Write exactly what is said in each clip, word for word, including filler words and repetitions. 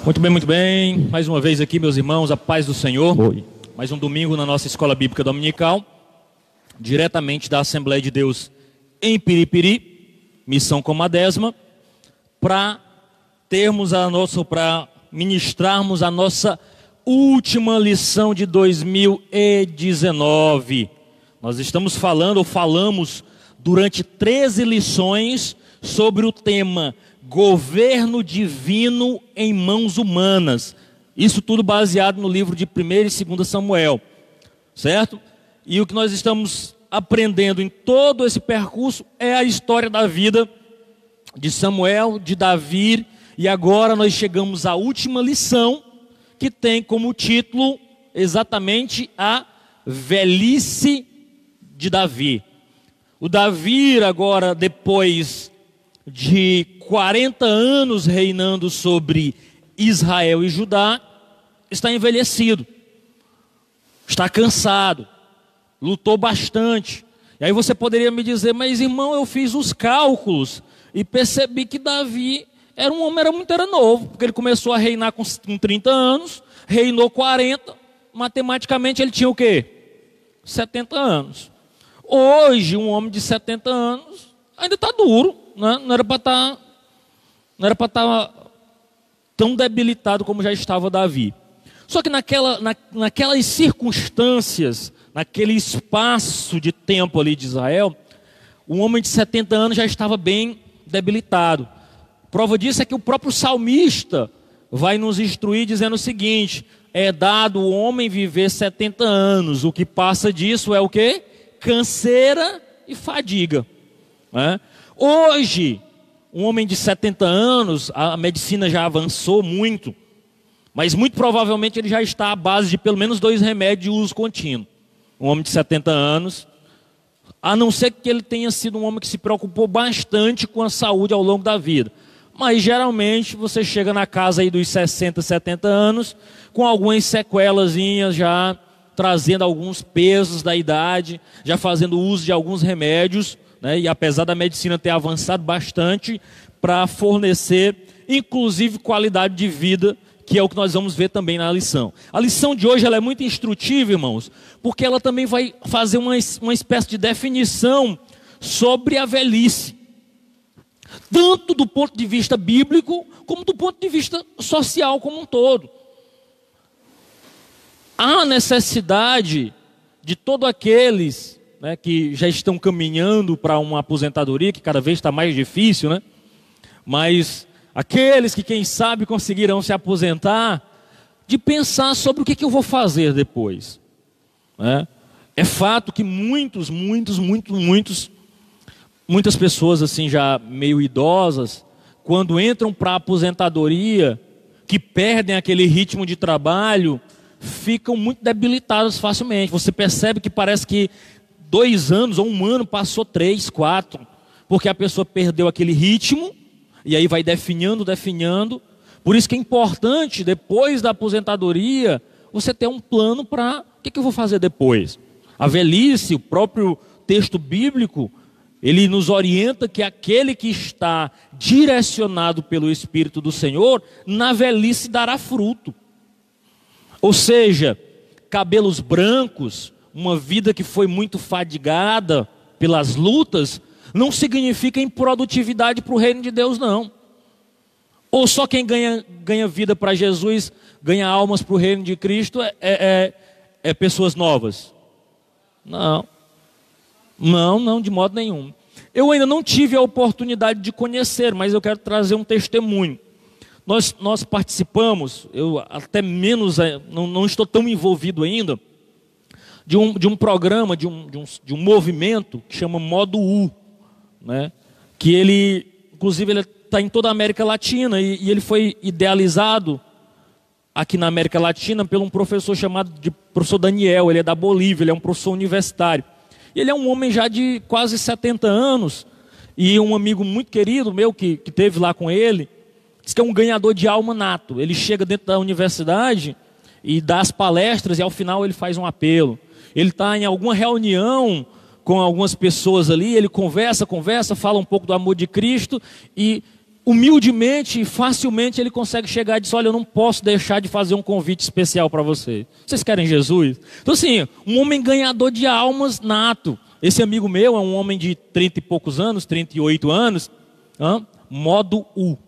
Muito bem, muito bem. Mais uma vez aqui, meus irmãos, a paz do Senhor. Oi. Mais um domingo na nossa Escola Bíblica Dominical, diretamente da Assembleia de Deus em Piripiri, Missão Comadésima, para termos a nossa, para ministrarmos a nossa última lição de dois mil e dezenove. Nós estamos falando, ou falamos, durante treze lições sobre o tema Governo Divino em Mãos Humanas. Isso tudo baseado no livro de primeira e segunda Samuel, certo? E o que nós estamos aprendendo em todo esse percurso é a história da vida de Samuel, de Davi, e agora nós chegamos à última lição, que tem como título exatamente a velhice de Davi. O Davi agora, depois de quarenta anos reinando sobre Israel e Judá, está envelhecido, está cansado, lutou bastante. E aí você poderia me dizer, mas irmão, eu fiz os cálculos e percebi que Davi era um homem, era muito era novo, porque ele começou a reinar com trinta anos, reinou quarenta, matematicamente ele tinha o quê? setenta anos. Hoje, um homem de setenta anos ainda está duro, né? Não era para estar, não era para estar tão debilitado como já estava Davi. Só que naquela, na, naquelas circunstâncias, naquele espaço de tempo ali de Israel, um homem de setenta anos já estava bem debilitado. Prova disso é que o próprio salmista vai nos instruir dizendo o seguinte: é dado o homem viver setenta anos, o que passa disso é o quê? Canseira e fadiga, né? Hoje, um homem de setenta anos, a medicina já avançou muito, mas muito provavelmente ele já está à base de pelo menos dois remédios de uso contínuo. Um homem de setenta anos, a não ser que ele tenha sido um homem que se preocupou bastante com a saúde ao longo da vida. Mas geralmente você chega na casa aí dos sessenta, setenta anos, com algumas sequelazinhas já, trazendo alguns pesos da idade, já fazendo uso de alguns remédios, né? E apesar da medicina ter avançado bastante para fornecer, inclusive, qualidade de vida, que é o que nós vamos ver também na lição. A lição de hoje ela é muito instrutiva, irmãos, porque ela também vai fazer uma, uma espécie de definição sobre a velhice, tanto do ponto de vista bíblico, como do ponto de vista social como um todo. Há necessidade de todos aqueles, né, que já estão caminhando para uma aposentadoria, que cada vez está mais difícil, né? Mas aqueles que, quem sabe, conseguirão se aposentar, de pensar sobre o que, que eu vou fazer depois, né? É fato que muitos, muitos, muitos, muitos, muitas pessoas assim já meio idosas, quando entram para a aposentadoria, que perdem aquele ritmo de trabalho, ficam muito debilitados facilmente. Você percebe que parece que dois anos ou um ano passou três, quatro, porque a pessoa perdeu aquele ritmo, e aí vai definhando, definhando. Por isso que é importante, depois da aposentadoria, você ter um plano para o que, que eu vou fazer depois. A velhice, o próprio texto bíblico, ele nos orienta que aquele que está direcionado pelo Espírito do Senhor, na velhice dará fruto. Ou seja, cabelos brancos, uma vida que foi muito fadigada pelas lutas, não significa improdutividade para o reino de Deus, não. Ou só quem ganha, ganha vida para Jesus, ganha almas para o reino de Cristo, é, é, é pessoas novas? Não. Não, não, de modo nenhum. Eu ainda não tive a oportunidade de conhecer, mas eu quero trazer um testemunho. Nós, nós participamos, eu até menos, não, não estou tão envolvido ainda, de um, de um programa, de um, de, um, de um movimento que chama Modo U, né? Que ele, inclusive, ele está em toda a América Latina, e, e ele foi idealizado aqui na América Latina por um professor chamado de professor Daniel. Ele é da Bolívia, ele é um professor universitário. Ele é um homem já de quase setenta anos, e um amigo muito querido meu que, que teve lá com ele, diz que é um ganhador de alma nato. Ele chega dentro da universidade e dá as palestras, e ao final ele faz um apelo. Ele está em alguma reunião com algumas pessoas ali, ele conversa, conversa, fala um pouco do amor de Cristo, e humildemente e facilmente ele consegue chegar e dizer: olha, eu não posso deixar de fazer um convite especial para você. Vocês querem Jesus? Então assim, um homem ganhador de almas nato. Esse amigo meu é um homem de trinta e poucos anos, trinta e oito anos, hein? modo U.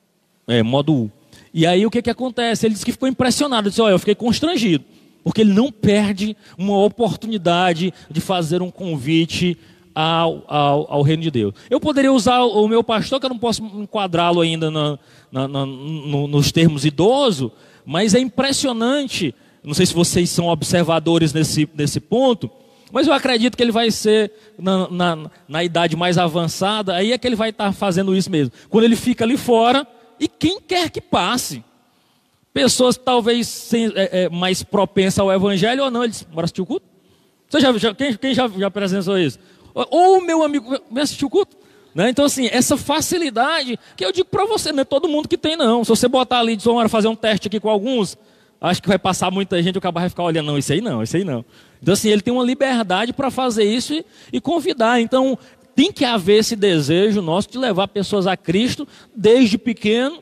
É, modo U. E aí o que que acontece? Ele disse que ficou impressionado. Ele disse: olha, eu fiquei constrangido, porque ele não perde uma oportunidade de fazer um convite ao, ao, ao reino de Deus. Eu poderia usar o meu pastor, que eu não posso enquadrá-lo ainda na, na, na, no, nos termos idoso, mas é impressionante. Não sei se vocês são observadores nesse, nesse ponto, mas eu acredito que ele vai ser na, na, na idade mais avançada. Aí é que ele vai estar fazendo isso mesmo. Quando ele fica ali fora, e quem quer que passe, pessoas talvez sem, é, é, mais propensas ao evangelho ou não, ele diz: bora assistir o culto? Você já, já, quem quem já, já presenciou isso? Ou meu amigo, vem assistir o culto? Né? Então assim, essa facilidade, que eu digo para você, não é todo mundo que tem não. Se você botar ali e dizer: bora fazer um teste aqui com alguns, acho que vai passar muita gente, o cara vai ficar olhando: não, isso aí não, isso aí não. Então assim, ele tem uma liberdade para fazer isso e, e convidar. Então tem que haver esse desejo nosso de levar pessoas a Cristo desde pequeno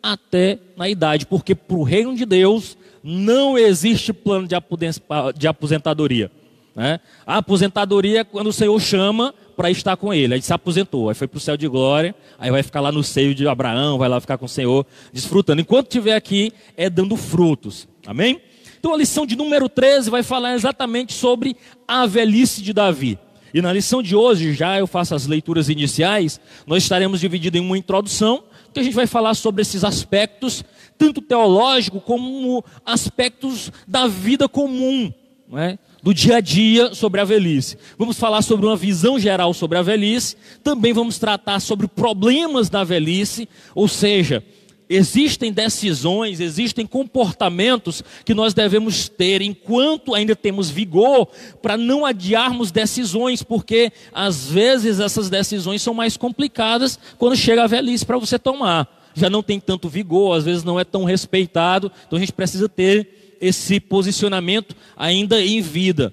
até na idade, porque para o reino de Deus não existe plano de aposentadoria, né? A aposentadoria é quando o Senhor chama para estar com ele. Aí se aposentou, aí foi para o céu de glória, aí vai ficar lá no seio de Abraão, vai lá ficar com o Senhor desfrutando. Enquanto estiver aqui, é dando frutos. Amém? Então a lição de número treze vai falar exatamente sobre a velhice de Davi. E na lição de hoje, já eu faço as leituras iniciais, nós estaremos divididos em uma introdução, que a gente vai falar sobre esses aspectos, tanto teológico como aspectos da vida comum, não é? Do dia a dia sobre a velhice. Vamos falar sobre uma visão geral sobre a velhice, também vamos tratar sobre problemas da velhice, ou seja, existem decisões, existem comportamentos que nós devemos ter enquanto ainda temos vigor, para não adiarmos decisões, porque às vezes essas decisões são mais complicadas quando chega a velhice para você tomar. Já não tem tanto vigor, às vezes não é tão respeitado, então a gente precisa ter esse posicionamento ainda em vida,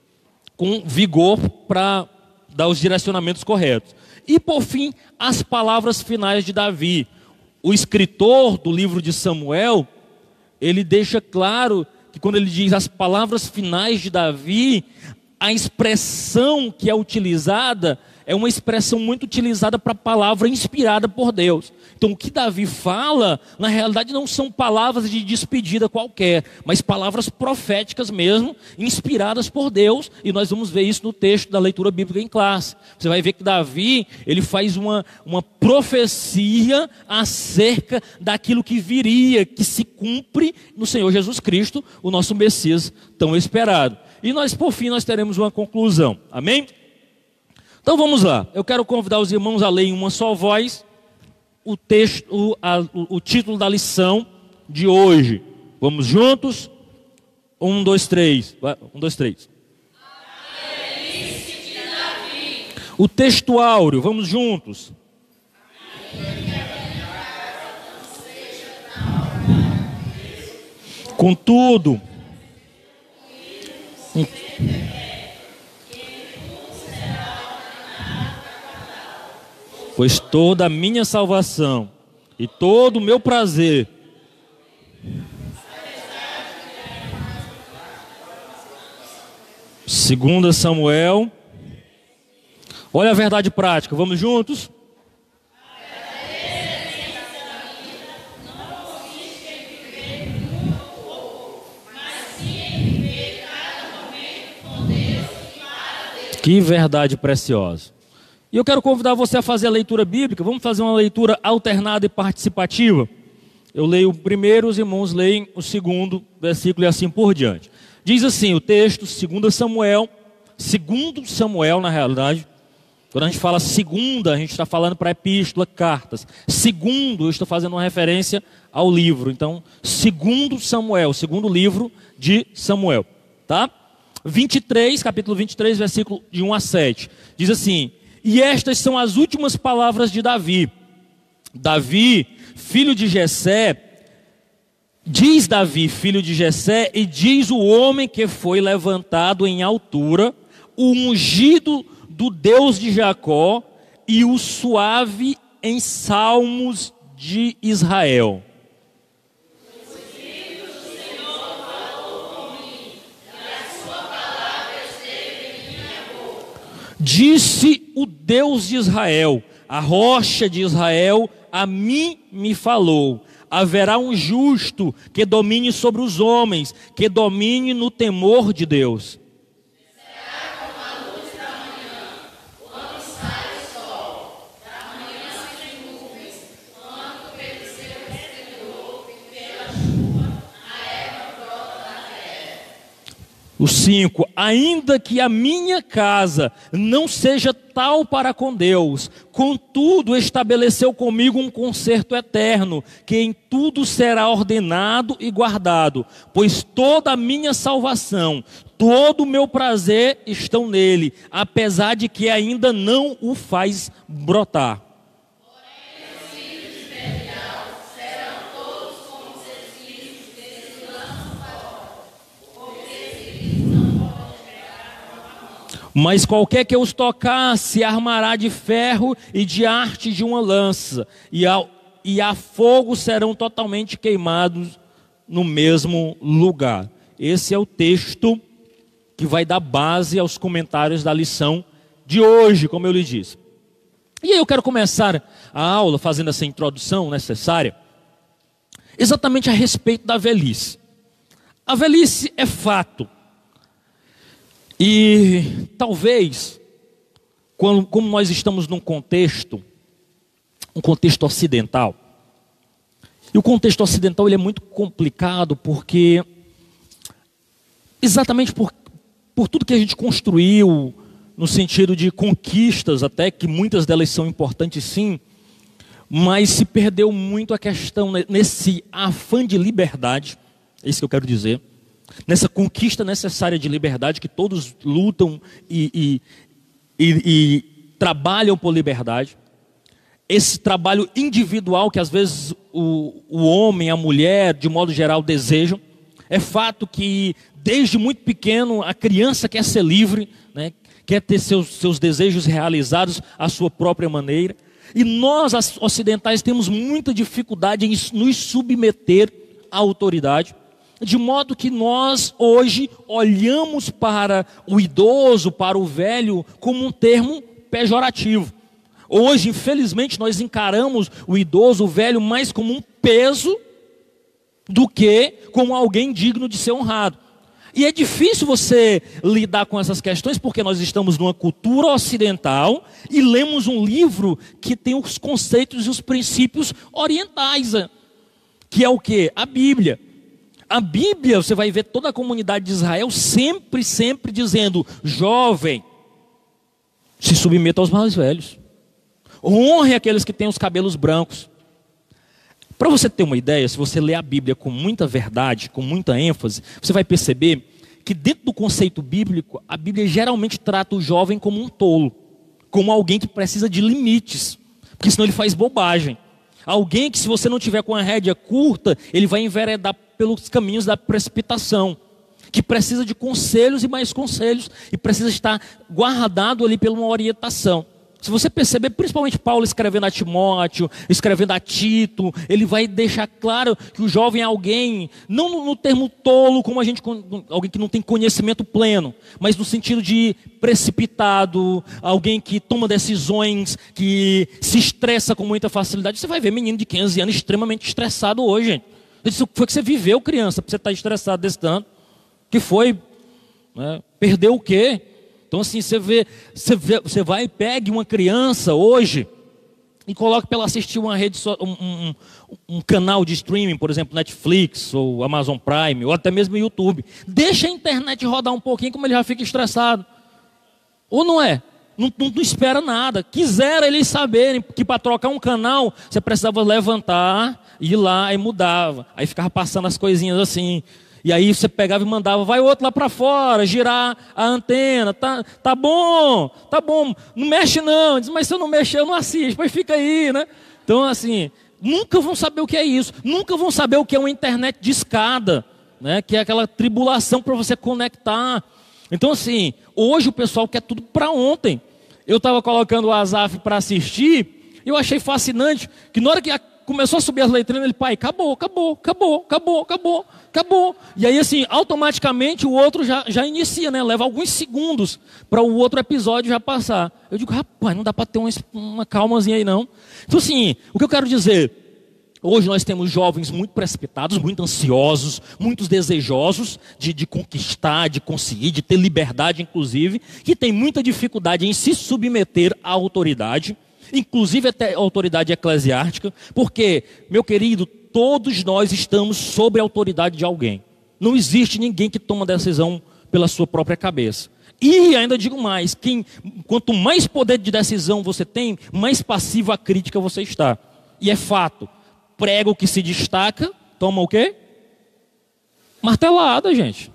com vigor para dar os direcionamentos corretos. E por fim, as palavras finais de Davi. O escritor do livro de Samuel, ele deixa claro que quando ele diz as palavras finais de Davi, a expressão que é utilizada é uma expressão muito utilizada para a palavra inspirada por Deus. Então o que Davi fala, na realidade não são palavras de despedida qualquer, mas palavras proféticas mesmo, inspiradas por Deus, e nós vamos ver isso no texto da leitura bíblica em classe. Você vai ver que Davi, ele faz uma, uma profecia acerca daquilo que viria, que se cumpre no Senhor Jesus Cristo, o nosso Messias tão esperado. E nós, por fim, nós teremos uma conclusão. Amém? Então vamos lá. Eu quero convidar os irmãos a ler em uma só voz o texto, o, a, o, o título da lição de hoje. Vamos juntos? Um, dois, três. Um, dois, três. A velhice de Davi. O texto áureo. Vamos juntos. Contudo, pois toda a minha salvação e todo o meu prazer Segunda Samuel. Olha a verdade prática, vamos juntos? Que verdade preciosa. E eu quero convidar você a fazer a leitura bíblica. Vamos fazer uma leitura alternada e participativa. Eu leio o primeiro, os irmãos leem o segundo versículo e assim por diante. Diz assim o texto, Segunda Samuel, segundo Samuel na realidade. Quando a gente fala segunda, a gente está falando para epístola, cartas. Segundo, eu estou fazendo uma referência ao livro. Então, segundo Samuel, segundo livro de Samuel. Tá? vinte e três, capítulo vinte e três, versículo de um a sete. Diz assim: e estas são as últimas palavras de Davi. Davi, filho de Jessé, diz Davi, filho de Jessé, e diz o homem que foi levantado em altura, o ungido do Deus de Jacó, e o suave em salmos de Israel. Disse o Deus de Israel, a rocha de Israel, a mim me falou. Haverá um justo que domine sobre os homens, que domine no temor de Deus. Será como a luz da manhã, quando sai o sol, da manhã sem nuvens, quando pelo seu resplendor e pela chuva, a erva brota da terra. O cinco, ainda que a minha casa não seja tal para com Deus, contudo estabeleceu comigo um concerto eterno, que em tudo será ordenado e guardado, pois toda a minha salvação, todo o meu prazer estão nele, apesar de que ainda não o faz brotar. Mas qualquer que os tocar se armará de ferro e de arte de uma lança, e a, e a fogo serão totalmente queimados no mesmo lugar. Esse é o texto que vai dar base aos comentários da lição de hoje, como eu lhe disse. E aí eu quero começar a aula fazendo essa introdução necessária, exatamente a respeito da velhice. A velhice é fato. E talvez, quando, como nós estamos num contexto, um contexto ocidental, e o contexto ocidental ele é muito complicado porque, exatamente por, por tudo que a gente construiu, no sentido de conquistas até, que muitas delas são importantes sim, mas se perdeu muito a questão, nesse afã de liberdade, é isso que eu quero dizer, nessa conquista necessária de liberdade que todos lutam e, e, e, e trabalham por liberdade, esse trabalho individual que às vezes o, o homem, a mulher, de modo geral desejam. É fato que desde muito pequeno a criança quer ser livre, né? Quer ter seus, seus desejos realizados à sua própria maneira, e nós ocidentais temos muita dificuldade em nos submeter à autoridade. De modo que nós hoje olhamos para o idoso, para o velho, como um termo pejorativo. Hoje, infelizmente, nós encaramos o idoso, o velho, mais como um peso do que como alguém digno de ser honrado. E é difícil você lidar com essas questões, porque nós estamos numa cultura ocidental e lemos um livro que tem os conceitos e os princípios orientais, que é o quê? A Bíblia. A Bíblia, você vai ver toda a comunidade de Israel sempre, sempre dizendo: jovem, se submeta aos mais velhos. Honre aqueles que têm os cabelos brancos. Para você ter uma ideia, se você ler a Bíblia com muita verdade, com muita ênfase, você vai perceber que dentro do conceito bíblico, a Bíblia geralmente trata o jovem como um tolo, como alguém que precisa de limites, porque senão ele faz bobagem. Alguém que, se você não tiver com a rédea curta, ele vai enveredar pelos caminhos da precipitação, que precisa de conselhos e mais conselhos, e precisa estar guardado ali pela uma orientação. Se você perceber, principalmente Paulo escrevendo a Timóteo, escrevendo a Tito, ele vai deixar claro que o jovem é alguém, não no, no termo tolo, como a gente, alguém que não tem conhecimento pleno, mas no sentido de precipitado, alguém que toma decisões, que se estressa com muita facilidade. Você vai ver menino de quinze anos extremamente estressado hoje, gente. Isso foi que você viveu, criança, para você estar estressado desse tanto. Que foi? Né? Perdeu o quê? Então assim, você vê, você vê, você vai e pegue uma criança hoje e coloque para ela assistir uma rede, um, um, um canal de streaming, por exemplo, Netflix, ou Amazon Prime, ou até mesmo YouTube. Deixa a internet rodar um pouquinho, como ele já fica estressado. Ou não é? Não, não, não espera nada. Quisera eles saberem que para trocar um canal, você precisava levantar, ir lá e mudava. Aí ficava passando as coisinhas assim. E aí você pegava e mandava, vai outro lá para fora, girar a antena, tá, tá bom, tá bom, não mexe não. Diz, mas se eu não mexer, eu não assisto, mas fica aí, né? Então assim, nunca vão saber o que é isso, nunca vão saber o que é uma internet de escada, né? Que é aquela tribulação para você conectar. Então assim, hoje o pessoal quer tudo para ontem. Eu estava colocando o Asaf para assistir, eu achei fascinante que na hora que a, começou a subir as letrinhas, ele, pai, acabou, acabou, acabou, acabou, acabou, acabou. E aí assim, automaticamente o outro já, já inicia, né? Leva alguns segundos para o outro episódio já passar. Eu digo, rapaz, não dá para ter uma, uma calmazinha aí não. Então assim, o que eu quero dizer, hoje nós temos jovens muito precipitados, muito ansiosos, muito desejosos de, de conquistar, de conseguir, de ter liberdade inclusive, que tem muita dificuldade em se submeter à autoridade, inclusive até a autoridade eclesiástica, porque, meu querido, todos nós estamos sob a autoridade de alguém. Não existe ninguém que toma decisão pela sua própria cabeça. E ainda digo mais, quem, quanto mais poder de decisão você tem, mais passivo à crítica você está. E é fato, prego que se destaca, toma o quê? Martelada, gente.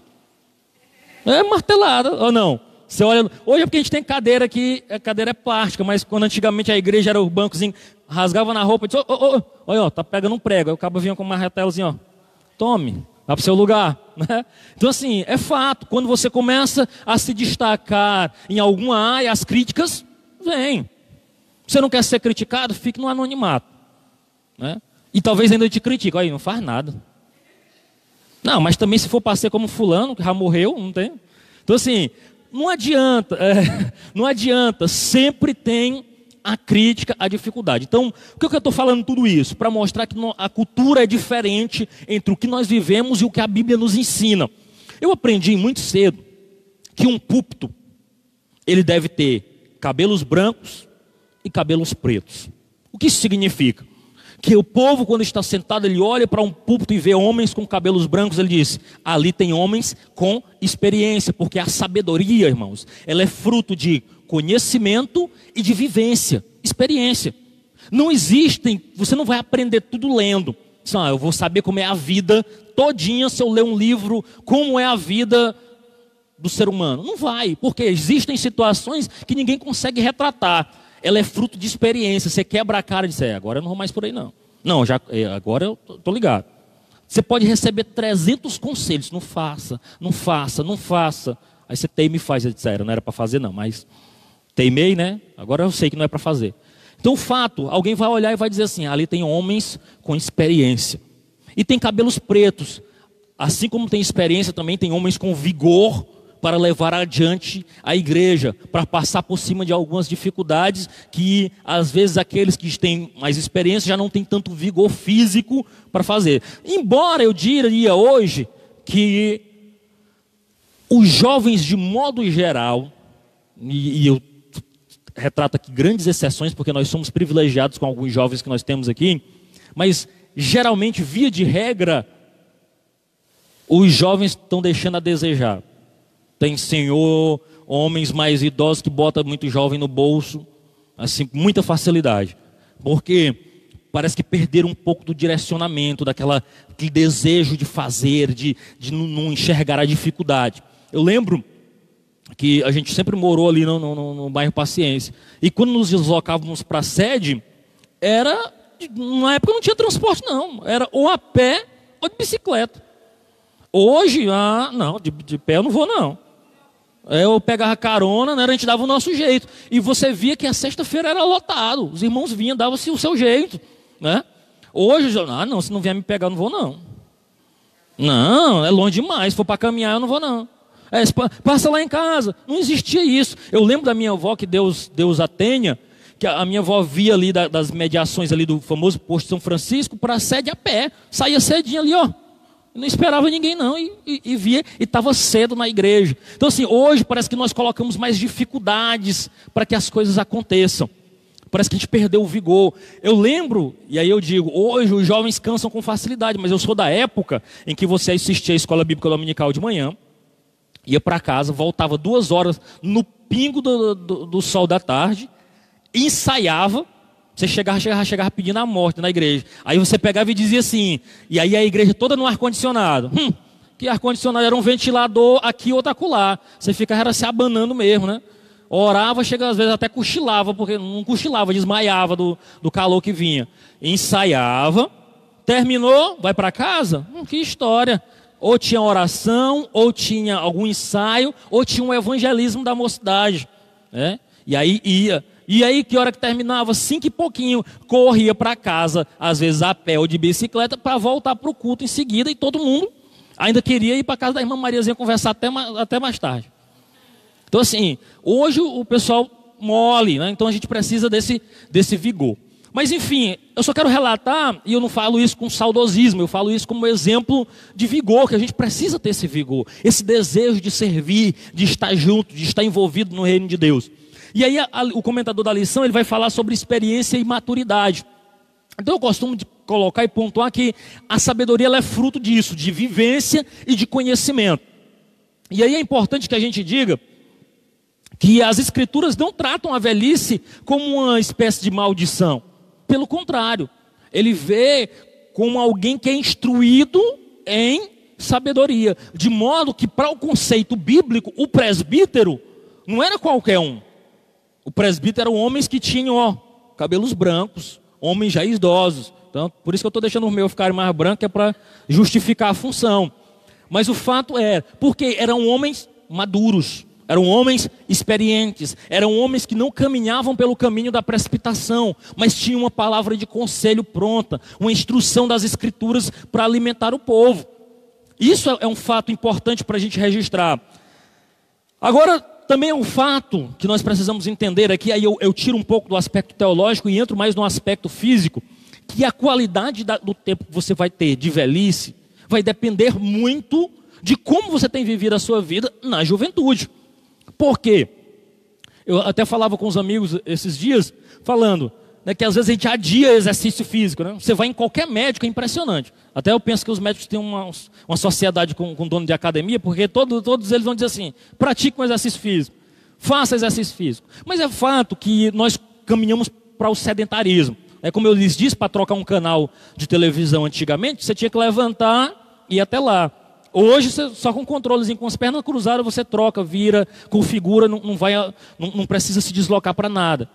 É martelada, ou não? Você olha, hoje é porque a gente tem cadeira aqui, a cadeira é plástica, mas quando antigamente a igreja era o bancozinho, rasgava na roupa, disse, oh, oh, oh, olha, ó, tá pegando um prego, aí o cabo vinha com um martelozinho, ó, tome, vai pro seu lugar, né? Então assim, é fato, quando você começa a se destacar em alguma área, as críticas vêm. Você não quer ser criticado, fique no anonimato, né? E talvez ainda te critique, olha, não faz nada. Não, mas também se for para ser como fulano, que já morreu, não tem. Então assim, não adianta, é, não adianta, sempre tem a crítica, a dificuldade. Então, por que eu estou falando tudo isso? Para mostrar que a cultura é diferente entre o que nós vivemos e o que a Bíblia nos ensina. Eu aprendi muito cedo que um púlpito, ele deve ter cabelos brancos e cabelos pretos. O que isso significa? Que o povo, quando está sentado, ele olha para um púlpito e vê homens com cabelos brancos, ele diz, ali tem homens com experiência, porque a sabedoria, irmãos, ela é fruto de conhecimento e de vivência, experiência. Não existem, você não vai aprender tudo lendo. Ah, eu vou saber como é a vida todinha se eu ler um livro, como é a vida do ser humano. Não vai, porque existem situações que ninguém consegue retratar. Ela é fruto de experiência. Você quebra a cara e diz, é, agora eu não vou mais por aí não. Não, já, é, agora eu tô, tô ligado. Você pode receber trezentos conselhos. Não faça, não faça, não faça. Aí você teima e faz. Eu disse, era, não era para fazer não, mas teimei, né? Agora eu sei que não é para fazer. Então o fato, alguém vai olhar e vai dizer assim, ali tem homens com experiência. E tem cabelos pretos. Assim como tem experiência, também tem homens com vigor para levar adiante a igreja, para passar por cima de algumas dificuldades que às vezes aqueles que têm mais experiência já não têm tanto vigor físico para fazer. Embora eu diria hoje que os jovens de modo geral, e, e eu retrato aqui grandes exceções porque nós somos privilegiados com alguns jovens que nós temos aqui, mas geralmente, via de regra, os jovens estão deixando a desejar. Tem senhor, homens mais idosos que botam muito jovem no bolso, assim, com muita facilidade. Porque parece que perderam um pouco do direcionamento, daquela, daquele desejo de fazer, de, de não, não enxergar a dificuldade. Eu lembro que a gente sempre morou ali no, no, no bairro Paciência. E quando nos deslocávamos para a sede, era, na época não tinha transporte não, era ou a pé ou de bicicleta. Hoje, ah, não, de, de pé eu não vou não. Eu pegava carona, né, a gente dava o nosso jeito. E você via que a sexta-feira era lotado. Os irmãos vinham, davam-se o seu jeito, né? Hoje, ah, não, se não vier me pegar, eu não vou não. Não, é longe demais. Se for para caminhar, eu não vou não. É, passa lá em casa. Não existia isso. Eu lembro da minha avó, que Deus, Deus a tenha, que a minha avó via ali da, das mediações ali do famoso posto São Francisco para a sede a pé. Saía cedinho ali, ó. Não esperava ninguém não, e, e, e via, e estava cedo na igreja. Então assim, hoje parece que nós colocamos mais dificuldades para que as coisas aconteçam. Parece que a gente perdeu o vigor. Eu lembro, e aí eu digo, hoje os jovens cansam com facilidade, mas eu sou da época em que você assistia a escola bíblica dominical de manhã, ia para casa, voltava duas horas no pingo do, do, do sol da tarde, ensaiava. Você chegava, chegava, chegava pedindo a morte na igreja. Aí você pegava e dizia assim, e aí a igreja toda no ar-condicionado. Hum, que ar-condicionado era um ventilador aqui, outro acolá. Você ficava era se abanando mesmo, né? Orava, chegava às vezes até cochilava, porque não cochilava, desmaiava do, do calor que vinha. Ensaiava, terminou, vai para casa? Hum, que história. Ou tinha oração, ou tinha algum ensaio, ou tinha um evangelismo da mocidade, né? E aí ia. E aí, que hora que terminava? Cinco e pouquinho, corria para casa, às vezes a pé ou de bicicleta, para voltar para o culto em seguida, e todo mundo ainda queria ir para casa da irmã Mariazinha conversar até, até mais tarde. Então assim, hoje o pessoal mole, né? Então a gente precisa desse, desse vigor. Mas enfim, eu só quero relatar, e eu não falo isso com saudosismo, eu falo isso como exemplo de vigor, que a gente precisa ter esse vigor, esse desejo de servir, de estar junto, de estar envolvido no reino de Deus. E aí a, a, o comentador da lição, ele vai falar sobre experiência e maturidade. Então eu costumo de colocar e pontuar que a sabedoria ela é fruto disso, de vivência e de conhecimento. E aí é importante que a gente diga que as escrituras não tratam a velhice como uma espécie de maldição. Pelo contrário, ele vê como alguém que é instruído em sabedoria. De modo que para o conceito bíblico, o presbítero não era qualquer um. O presbítero eram homens que tinham ó, cabelos brancos, homens já idosos. Então, por isso que eu estou deixando o meu ficar mais branco, que é para justificar a função. Mas o fato é, porque eram homens maduros, eram homens experientes, eram homens que não caminhavam pelo caminho da precipitação, mas tinham uma palavra de conselho pronta, uma instrução das escrituras para alimentar o povo. Isso é um fato importante para a gente registrar. Agora, também é um fato que nós precisamos entender aqui, aí eu, eu tiro um pouco do aspecto teológico e entro mais no aspecto físico, que a qualidade da, do tempo que você vai ter de velhice vai depender muito de como você tem vivido a sua vida na juventude. Por quê? Eu até falava com os amigos esses dias, falando né, que às vezes a gente adia exercício físico. Né? Você vai em qualquer médico, é impressionante. Até eu penso que os médicos têm uma, uma sociedade com, com dono de academia, porque todo, todos eles vão dizer assim, pratique um exercício físico, faça exercício físico. Mas é fato que nós caminhamos para o sedentarismo. É como eu lhes disse, para trocar um canal de televisão antigamente, você tinha que levantar e ir até lá. Hoje, você, só com controlezinho, com as pernas cruzadas, você troca, vira, configura, não, não, vai, não, não precisa se deslocar para nada.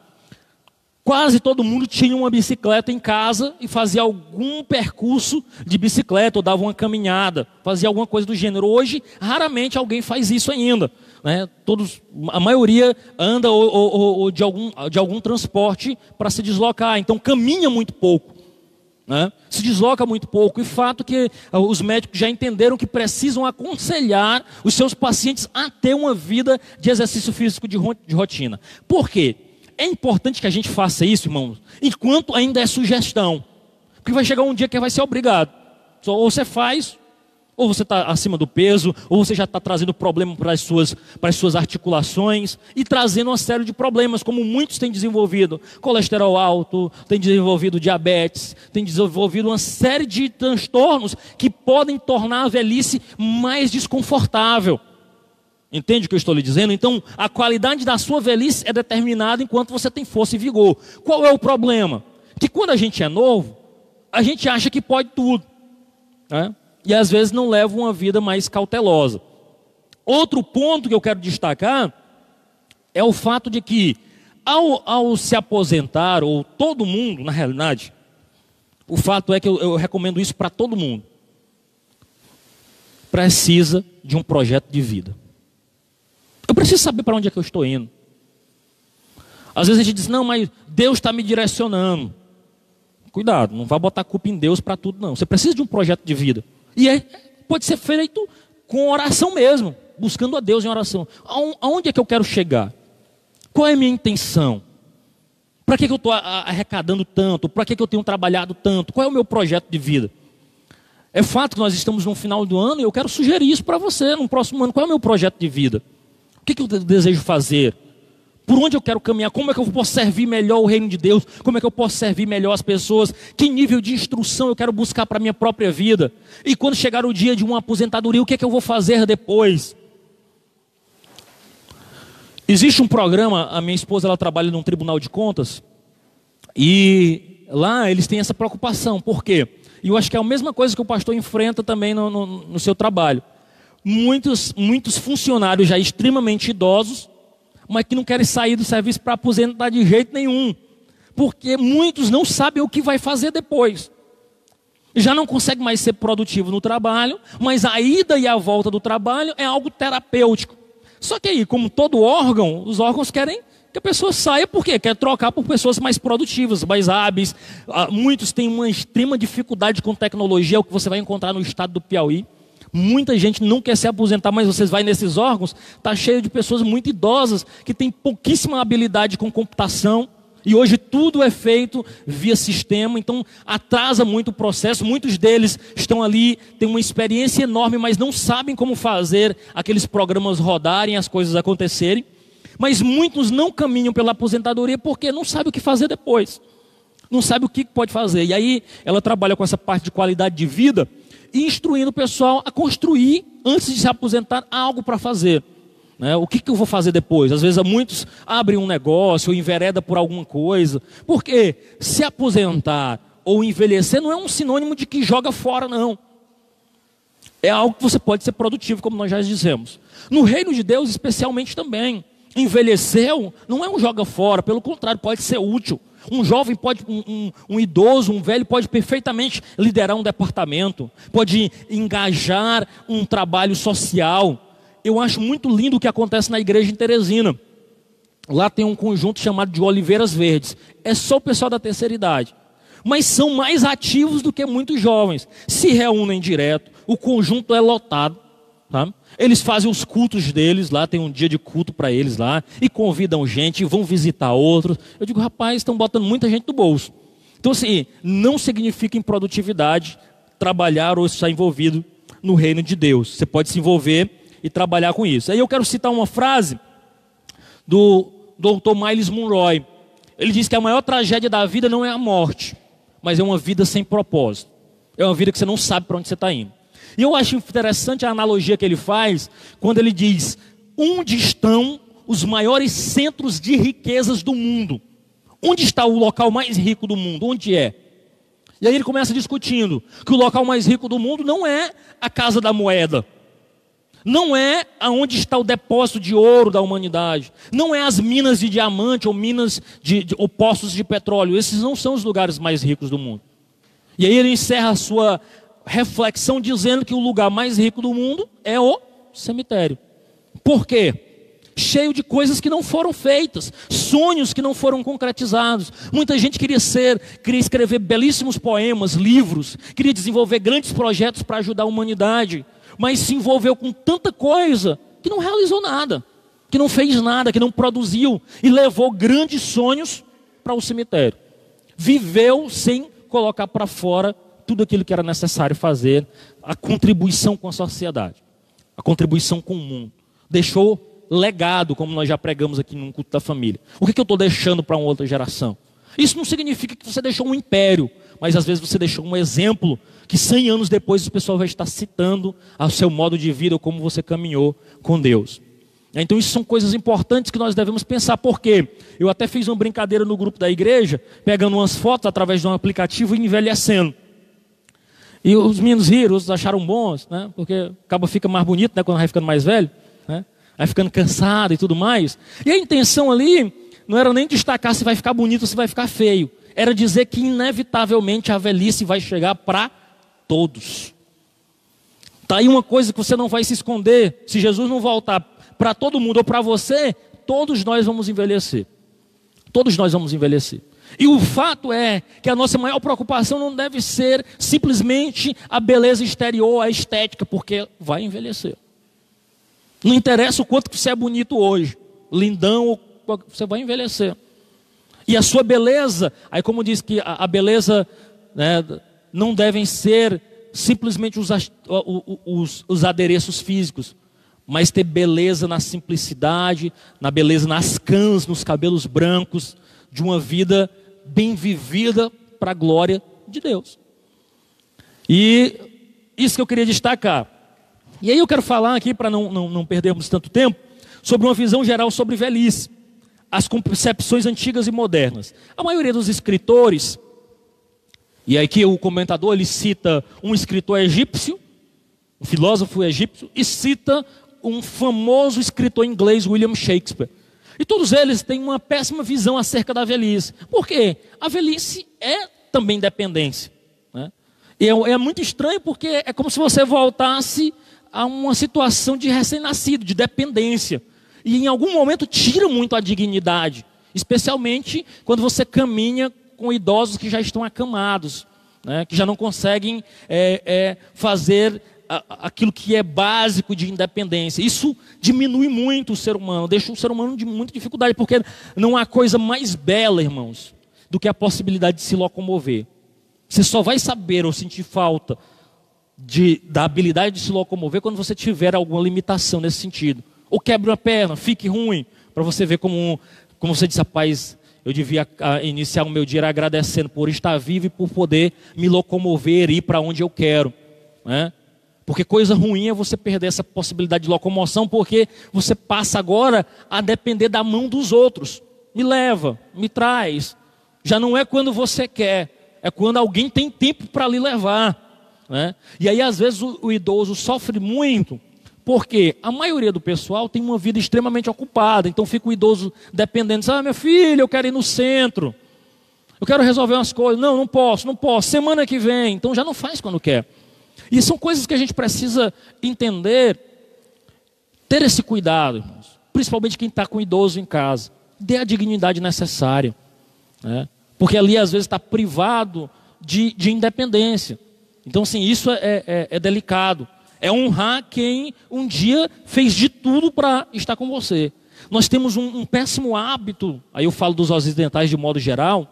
Quase todo mundo tinha uma bicicleta em casa e fazia algum percurso de bicicleta, ou dava uma caminhada, fazia alguma coisa do gênero. Hoje, raramente alguém faz isso ainda. Né? Todos, a maioria anda ou, ou, ou de, algum, de algum transporte para se deslocar, então caminha muito pouco. Né? Se desloca muito pouco, e fato que os médicos já entenderam que precisam aconselhar os seus pacientes a ter uma vida de exercício físico de rotina. Por quê? É importante que a gente faça isso, irmãos, enquanto ainda é sugestão, porque vai chegar um dia que vai ser obrigado. Ou você faz, ou você está acima do peso, ou você já está trazendo problema para as suas, para as suas articulações, e trazendo uma série de problemas, como muitos têm desenvolvido. Colesterol alto, têm desenvolvido diabetes, têm desenvolvido uma série de transtornos que podem tornar a velhice mais desconfortável. Entende o que eu estou lhe dizendo? Então, a qualidade da sua velhice é determinada enquanto você tem força e vigor. Qual é o problema? Que quando a gente é novo, a gente acha que pode tudo, né? E às vezes não leva uma vida mais cautelosa. Outro ponto que eu quero destacar é o fato de que ao, ao se aposentar, ou todo mundo, na realidade, o fato é que eu, eu recomendo isso para todo mundo, precisa de um projeto de vida. Eu preciso saber para onde é que eu estou indo. Às vezes a gente diz, não, mas Deus está me direcionando. Cuidado, não vai botar culpa em Deus para tudo não. Você precisa de um projeto de vida. E é, pode ser feito com oração mesmo, buscando a Deus em oração. Aonde é que eu quero chegar? Qual é a minha intenção? Para que, que eu estou arrecadando tanto? Para que, que eu tenho trabalhado tanto? Qual é o meu projeto de vida? É fato que nós estamos no final do ano e eu quero sugerir isso para você no próximo ano. Qual é o meu projeto de vida? O que, que eu desejo fazer? Por onde eu quero caminhar? Como é que eu posso servir melhor o reino de Deus? Como é que eu posso servir melhor as pessoas? Que nível de instrução eu quero buscar para a minha própria vida? E quando chegar o dia de uma aposentadoria, o que é que eu vou fazer depois? Existe um programa, a minha esposa ela trabalha num tribunal de contas, e lá eles têm essa preocupação. Por quê? E eu acho que é a mesma coisa que o pastor enfrenta também no, no, no seu trabalho. Muitos, muitos funcionários já extremamente idosos, mas que não querem sair do serviço para aposentar de jeito nenhum, porque muitos não sabem o que vai fazer depois. Já não consegue mais ser produtivo no trabalho, mas a ida e a volta do trabalho é algo terapêutico. Só que aí, como todo órgão, os órgãos querem, que a pessoa saia porque quer trocar por pessoas mais produtivas, mais hábeis. Muitos têm uma extrema dificuldade com tecnologia, é o que você vai encontrar no estado do Piauí. Muita gente não quer se aposentar, mas vocês vão nesses órgãos, está cheio de pessoas muito idosas, que têm pouquíssima habilidade com computação, e hoje tudo é feito via sistema, então atrasa muito o processo. Muitos deles estão ali, têm uma experiência enorme, mas não sabem como fazer aqueles programas rodarem, as coisas acontecerem. Mas muitos não caminham pela aposentadoria porque não sabem o que fazer depois. Não sabem o que pode fazer. E aí ela trabalha com essa parte de qualidade de vida, instruindo o pessoal a construir, antes de se aposentar, algo para fazer. Né? O que, que eu vou fazer depois? Às vezes muitos abrem um negócio ou envereda por alguma coisa. Porque se aposentar ou envelhecer não é um sinônimo de que joga fora, não. É algo que você pode ser produtivo, como nós já dissemos. No reino de Deus, especialmente também. Envelheceu, não é um joga fora, pelo contrário, pode ser útil. Um jovem pode, um, um, um idoso, um velho pode perfeitamente liderar um departamento, pode engajar um trabalho social. Eu acho muito lindo o que acontece na igreja em Teresina. Lá tem um conjunto chamado de Oliveiras Verdes. É só o pessoal da terceira idade. Mas são mais ativos do que muitos jovens. Se reúnem direto, o conjunto é lotado. Tá? Eles fazem os cultos deles lá, tem um dia de culto para eles lá, e convidam gente, e vão visitar outros. Eu digo, rapaz, estão botando muita gente no bolso. Então assim, não significa improdutividade trabalhar ou estar envolvido no reino de Deus. Você pode se envolver e trabalhar com isso. Aí eu quero citar uma frase do doutor Miles Monroe. Ele diz que a maior tragédia da vida não é a morte, mas é uma vida sem propósito. É uma vida que você não sabe para onde você está indo. E eu acho interessante a analogia que ele faz, quando ele diz, onde estão os maiores centros de riquezas do mundo? Onde está o local mais rico do mundo? Onde é? E aí ele começa discutindo que o local mais rico do mundo não é a casa da moeda. Não é aonde está o depósito de ouro da humanidade. Não é as minas de diamante ou minas de, de, ou poços de petróleo. Esses não são os lugares mais ricos do mundo. E aí ele encerra a sua reflexão dizendo que o lugar mais rico do mundo é o cemitério. Por quê? Cheio de coisas que não foram feitas, sonhos que não foram concretizados. Muita gente queria ser, queria escrever belíssimos poemas, livros, queria desenvolver grandes projetos para ajudar a humanidade, mas se envolveu com tanta coisa que não realizou nada, que não fez nada, que não produziu e levou grandes sonhos para o cemitério. Viveu sem colocar para fora tudo aquilo que era necessário fazer, a contribuição com a sociedade, a contribuição com o mundo. Deixou legado, como nós já pregamos aqui no culto da família. O que, que eu estou deixando para uma outra geração? Isso não significa que você deixou um império, mas às vezes você deixou um exemplo que cem anos depois o pessoal vai estar citando ao seu modo de vida, ou como você caminhou com Deus. Então isso são coisas importantes que nós devemos pensar, porque eu até fiz uma brincadeira no grupo da igreja, pegando umas fotos através de um aplicativo e envelhecendo. E os meninos riram, os acharam bons, né? Porque o cabo fica mais bonito, né? Quando vai ficando mais velho, né? Vai ficando cansado e tudo mais. E a intenção ali não era nem destacar se vai ficar bonito ou se vai ficar feio. Era dizer que inevitavelmente a velhice vai chegar para todos. Está aí uma coisa que você não vai se esconder. Se Jesus não voltar para todo mundo ou para você, todos nós vamos envelhecer. Todos nós vamos envelhecer. E o fato é que a nossa maior preocupação não deve ser simplesmente a beleza exterior, a estética, porque vai envelhecer. Não interessa o quanto que você é bonito hoje, lindão, você vai envelhecer. E a sua beleza, aí como diz que a, a beleza, né, não devem ser simplesmente os, os, os adereços físicos, mas ter beleza na simplicidade, na beleza nas cãs, nos cabelos brancos, de uma vida bem vivida para a glória de Deus. E isso que eu queria destacar. E aí eu quero falar aqui, para não, não, não perdermos tanto tempo, sobre uma visão geral sobre velhice, as concepções antigas e modernas. A maioria dos escritores, e aqui o comentador ele cita um escritor egípcio, um filósofo egípcio, e cita um famoso escritor inglês, William Shakespeare. E todos eles têm uma péssima visão acerca da velhice. Por quê? A velhice é também dependência, né? E é, é muito estranho porque é como se você voltasse a uma situação de recém-nascido, de dependência. e em algum momento tira muito a dignidade, especialmente quando você caminha com idosos que já estão acamados, né, que já não conseguem é, é, fazer a, aquilo que é básico de independência. Isso diminui muito o ser humano, deixa o ser humano de muita dificuldade, porque não há coisa mais bela, irmãos, do que a possibilidade de se locomover. Você só vai saber ou sentir falta de, da habilidade de se locomover quando você tiver alguma limitação nesse sentido. Ou quebre uma perna, fique ruim, para você ver como, como você disse, rapaz, eu devia a, iniciar o meu dia agradecendo por estar vivo e por poder me locomover e ir para onde eu quero, né? Porque coisa ruim é você perder essa possibilidade de locomoção, porque você passa agora a depender da mão dos outros. Me leva, me traz. Já não é quando você quer, é quando alguém tem tempo para lhe levar, né? E aí às vezes o, o idoso sofre muito, porque a maioria do pessoal tem uma vida extremamente ocupada. Então fica o idoso dependendo, ah, meu filho, eu quero ir no centro, eu quero resolver umas coisas, não, não posso, não posso, semana que vem, então já não faz quando quer. E são coisas que a gente precisa entender, ter esse cuidado, irmãos. Principalmente quem está com idoso em casa, dê a dignidade necessária, né? Porque ali às vezes está privado de, de independência. Então assim, isso é, é, é delicado. É honrar quem um dia fez de tudo para estar com você. Nós temos um, um péssimo hábito, aí eu falo dos ocidentais de modo geral,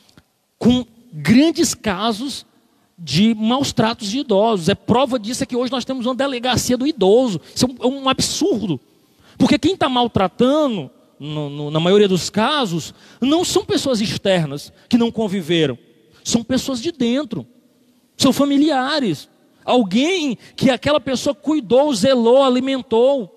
com grandes casos de maus tratos de idosos. É prova disso é que hoje nós temos uma delegacia do idoso. Isso é um, é um absurdo. Porque quem está maltratando, no, no, na maioria dos casos, não são pessoas externas que não conviveram. São pessoas de dentro. São familiares. Alguém que aquela pessoa cuidou, zelou, alimentou.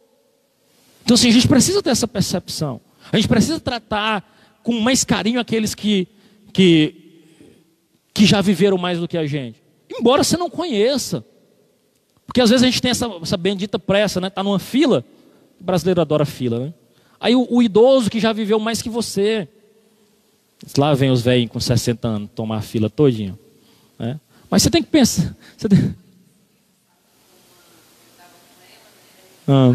Então assim, a gente precisa ter essa percepção. A gente precisa tratar com mais carinho aqueles que, que, que já viveram mais do que a gente. Embora você não conheça. Porque às vezes a gente tem essa, essa bendita pressa, né? Está numa fila. O brasileiro adora fila, né? Aí o, o idoso que já viveu mais que você. Lá vem os velhinhos com sessenta anos tomar a fila todinha, né? Mas você tem que pensar. Você tem... Ah.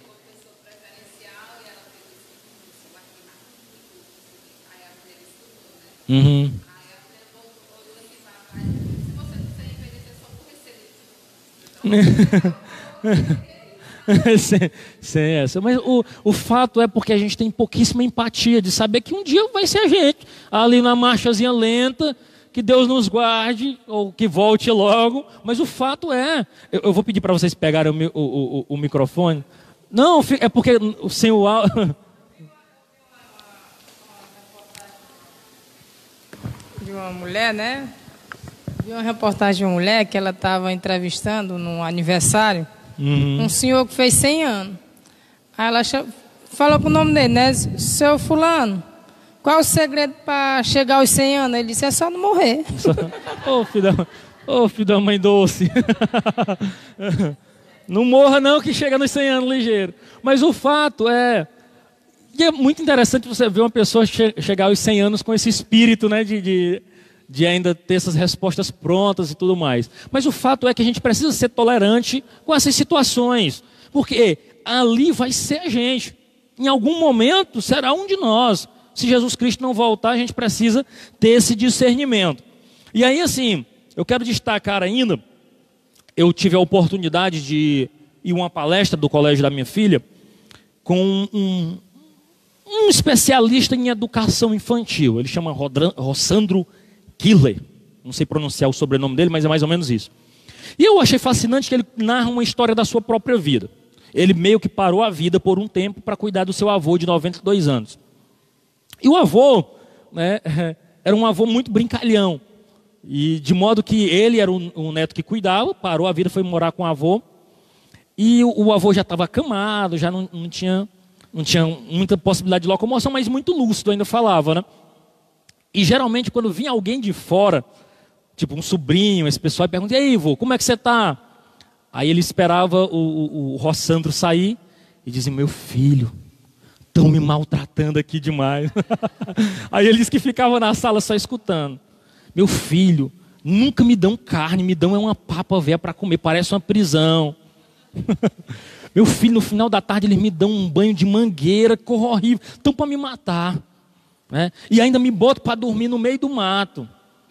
Uhum. sem, sem essa. Mas o, o fato é porque a gente tem pouquíssima empatia de saber que um dia vai ser a gente ali na marchazinha lenta. Que Deus nos guarde, ou que volte logo. Mas o fato é... Eu, eu vou pedir para vocês pegarem o, o, o, o microfone. Não, é porque sem o áudio... De uma mulher, né? Vi uma reportagem de uma mulher que ela estava entrevistando num aniversário. Uhum. Um senhor que fez cem anos. Aí ela falou com o nome dele, né? Seu fulano. Qual é o segredo para chegar aos cem anos? Ele disse, é só não morrer. Ô, oh, filho, da... oh, filho da mãe doce. Não morra não, que chega nos cem anos ligeiro. Mas o fato é... E é muito interessante você ver uma pessoa che chegar aos cem anos com esse espírito, né, de, de, de ainda ter essas respostas prontas e tudo mais. Mas o fato é que a gente precisa ser tolerante com essas situações. Porque ali vai ser a gente. Em algum momento será um de nós. Se Jesus Cristo não voltar, a gente precisa ter esse discernimento. E aí, assim, eu quero destacar ainda, eu tive a oportunidade de ir a uma palestra do colégio da minha filha com um, um especialista em educação infantil. Ele chama Rossandro Killer. Não sei pronunciar o sobrenome dele, mas é mais ou menos isso. E eu achei fascinante que ele narra uma história da sua própria vida. Ele meio que parou a vida por um tempo para cuidar do seu avô de noventa e dois anos. E o avô, né, era um avô muito brincalhão. E de modo que ele era um, um neto que cuidava, parou a vida, foi morar com o avô. E o, o avô já estava acamado, já não, não, tinha, não tinha muita possibilidade de locomoção, mas muito lúcido, ainda falava, né? E geralmente quando vinha alguém de fora, tipo um sobrinho, esse pessoal, pergunta, e aí, vô, como é que você está? Aí ele esperava o, o, o Rossandro sair e dizia, meu filho, estão me maltratando aqui demais. Aí ele disse que ficava na sala só escutando. Meu filho, nunca me dão carne, me dão é uma papa velha para comer, parece uma prisão. Meu filho, no final da tarde, eles me dão um banho de mangueira, corre horrível, estão para me matar. Né? E ainda me botam para dormir no meio do mato.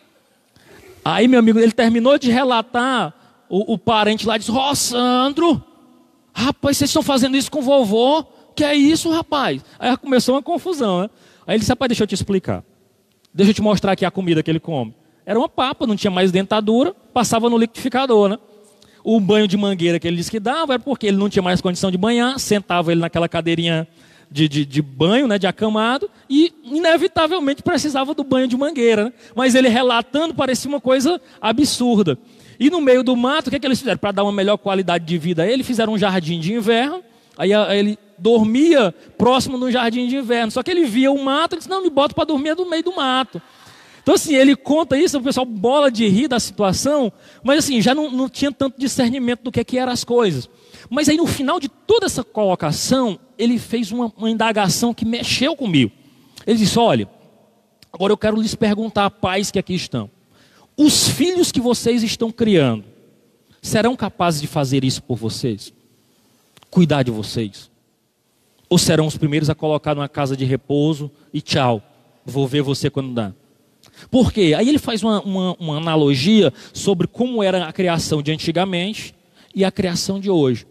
Aí, meu amigo, ele terminou de relatar, o, o parente lá disse, ó, oh, Sandro, rapaz, vocês estão fazendo isso com o vovô? Que é isso, rapaz? Aí começou uma confusão, né? Aí ele disse, rapaz, deixa eu te explicar. Deixa eu te mostrar aqui a comida que ele come. Era uma papa, não tinha mais dentadura, passava no liquidificador, né? O banho de mangueira que ele disse que dava era porque ele não tinha mais condição de banhar, sentava ele naquela cadeirinha de, de, de banho, né, de acamado, e inevitavelmente precisava do banho de mangueira. Né? Mas ele relatando parecia uma coisa absurda. E no meio do mato, o que, é que eles fizeram? Para dar uma melhor qualidade de vida a ele, fizeram um jardim de inverno, aí ele dormia próximo do jardim de inverno. Só que ele via o mato e disse, não, me bota para dormir no meio do mato. Então assim, ele conta isso, o pessoal bola de rir da situação, mas assim, já não, não tinha tanto discernimento do que, é que eram as coisas. Mas aí no final de toda essa colocação, ele fez uma, uma indagação que mexeu comigo. Ele disse, olha, agora eu quero lhes perguntar, pais que aqui estão, os filhos que vocês estão criando, serão capazes de fazer isso por vocês? Cuidar de vocês? Ou serão os primeiros a colocar numa casa de repouso e tchau, vou ver você quando dá? Por quê? Aí ele faz uma, uma, uma analogia sobre como era a criação de antigamente e a criação de hoje.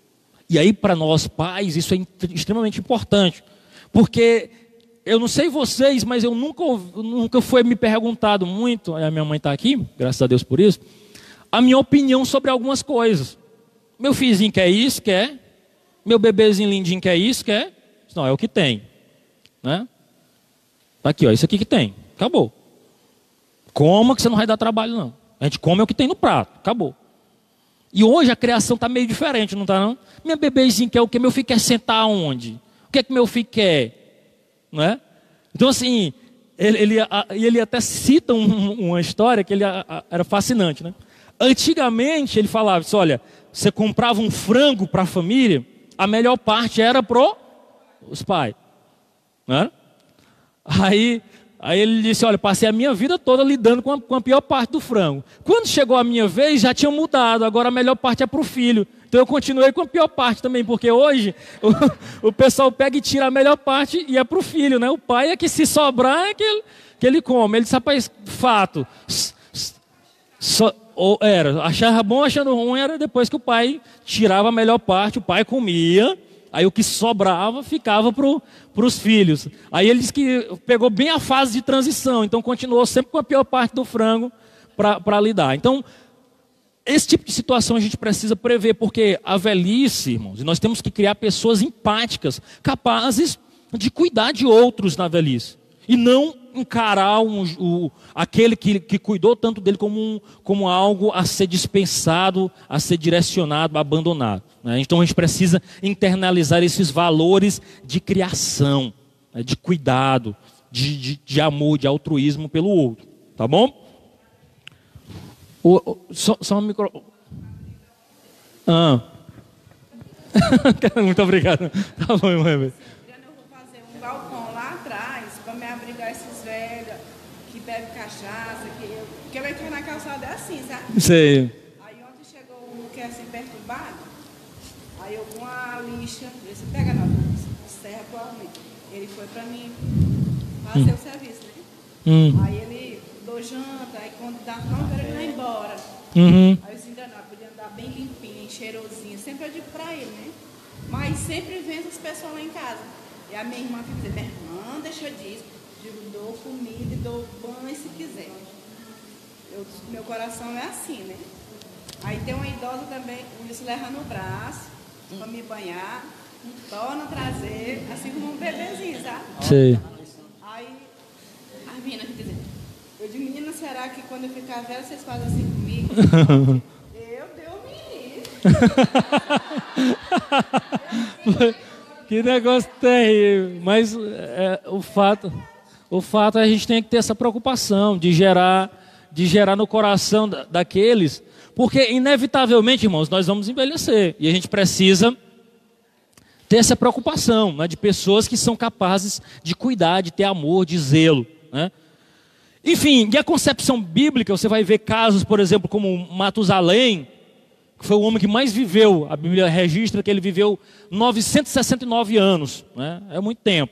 E aí para nós pais isso é extremamente importante. Porque eu não sei vocês, mas eu nunca, nunca foi me perguntado muito, a minha mãe está aqui, graças a Deus por isso, a minha opinião sobre algumas coisas. Meu filhinho quer isso, quer. Meu bebezinho lindinho quer isso, quer. Não, é o que tem. Né? Tá aqui, ó, isso aqui que tem. Acabou. Coma que você não vai dar trabalho não. A gente come o que tem no prato. Acabou. E hoje a criação está meio diferente, não está não? Minha bebezinha quer o que? Meu filho quer sentar aonde? O que é que meu filho quer? Não é? Então assim, ele, ele, ele até cita um, uma história que ele, era fascinante. Né? Antigamente ele falava assim, olha, você comprava um frango para a família, a melhor parte era para os pais. Não é? Aí... Aí ele disse, olha, passei a minha vida toda lidando com a, com a pior parte do frango. Quando chegou a minha vez, já tinha mudado, agora a melhor parte é para o filho. Então eu continuei com a pior parte também, porque hoje o, o pessoal pega e tira a melhor parte e é para o filho, né? O pai é que se sobrar é que ele, que ele come. Ele disse, rapaz, fato, só, ou era, achava bom, achando ruim, era depois que o pai tirava a melhor parte, o pai comia. Aí o que sobrava ficava para os filhos. Aí ele disse que pegou bem a fase de transição, então continuou sempre com a pior parte do frango para lidar. Então, esse tipo de situação a gente precisa prever, porque a velhice, irmãos, e nós temos que criar pessoas empáticas, capazes de cuidar de outros na velhice. E não encarar um, o, aquele que, que cuidou tanto dele como, um, como algo a ser dispensado, a ser direcionado, abandonado. Né? Então a gente precisa internalizar esses valores de criação, né? De cuidado, de, de, de amor, de altruísmo pelo outro. Tá bom? O, o, só, só um micro... Ah. Muito obrigado. Tá bom, irmã. Porque vai entrar na calçada é assim, sabe? Sei. Aí ontem chegou um que é assim perturbado, aí eu com a lixa, você pega na serra provavelmente. Ele foi pra mim fazer hum. o serviço, né? Hum. Aí ele dou janta, aí quando dá não, quero ir embora. Uhum. Aí eu disse, ainda não, podia andar bem limpinho, cheirosinho. Sempre eu digo pra ele, né? Mas sempre vem as pessoas lá em casa. E a minha irmã fica dizendo, minha irmã, deixa disso. Digo, dou comida e dou banho se quiser. Eu, meu coração é assim, né? Aí tem uma idosa também, o Wilson leva no braço, hum. para me banhar, torna a trazer, assim como um bebezinho, sabe? Sei. Aí, a menina fica dizendo, eu digo, menina, será que quando eu ficar velha vocês fazem assim comigo? eu, Deus me livre. Que negócio terrível. Mas é, o fato, o fato é que a gente tem que ter essa preocupação de gerar, de gerar no coração da, daqueles, porque inevitavelmente, irmãos, nós vamos envelhecer e a gente precisa ter essa preocupação, né, de pessoas que são capazes de cuidar, de ter amor, de zelo, né? Enfim, e a concepção bíblica, você vai ver casos, por exemplo, como Matusalém, foi o homem que mais viveu. A Bíblia registra que ele viveu novecentos e sessenta e nove anos, né? É muito tempo.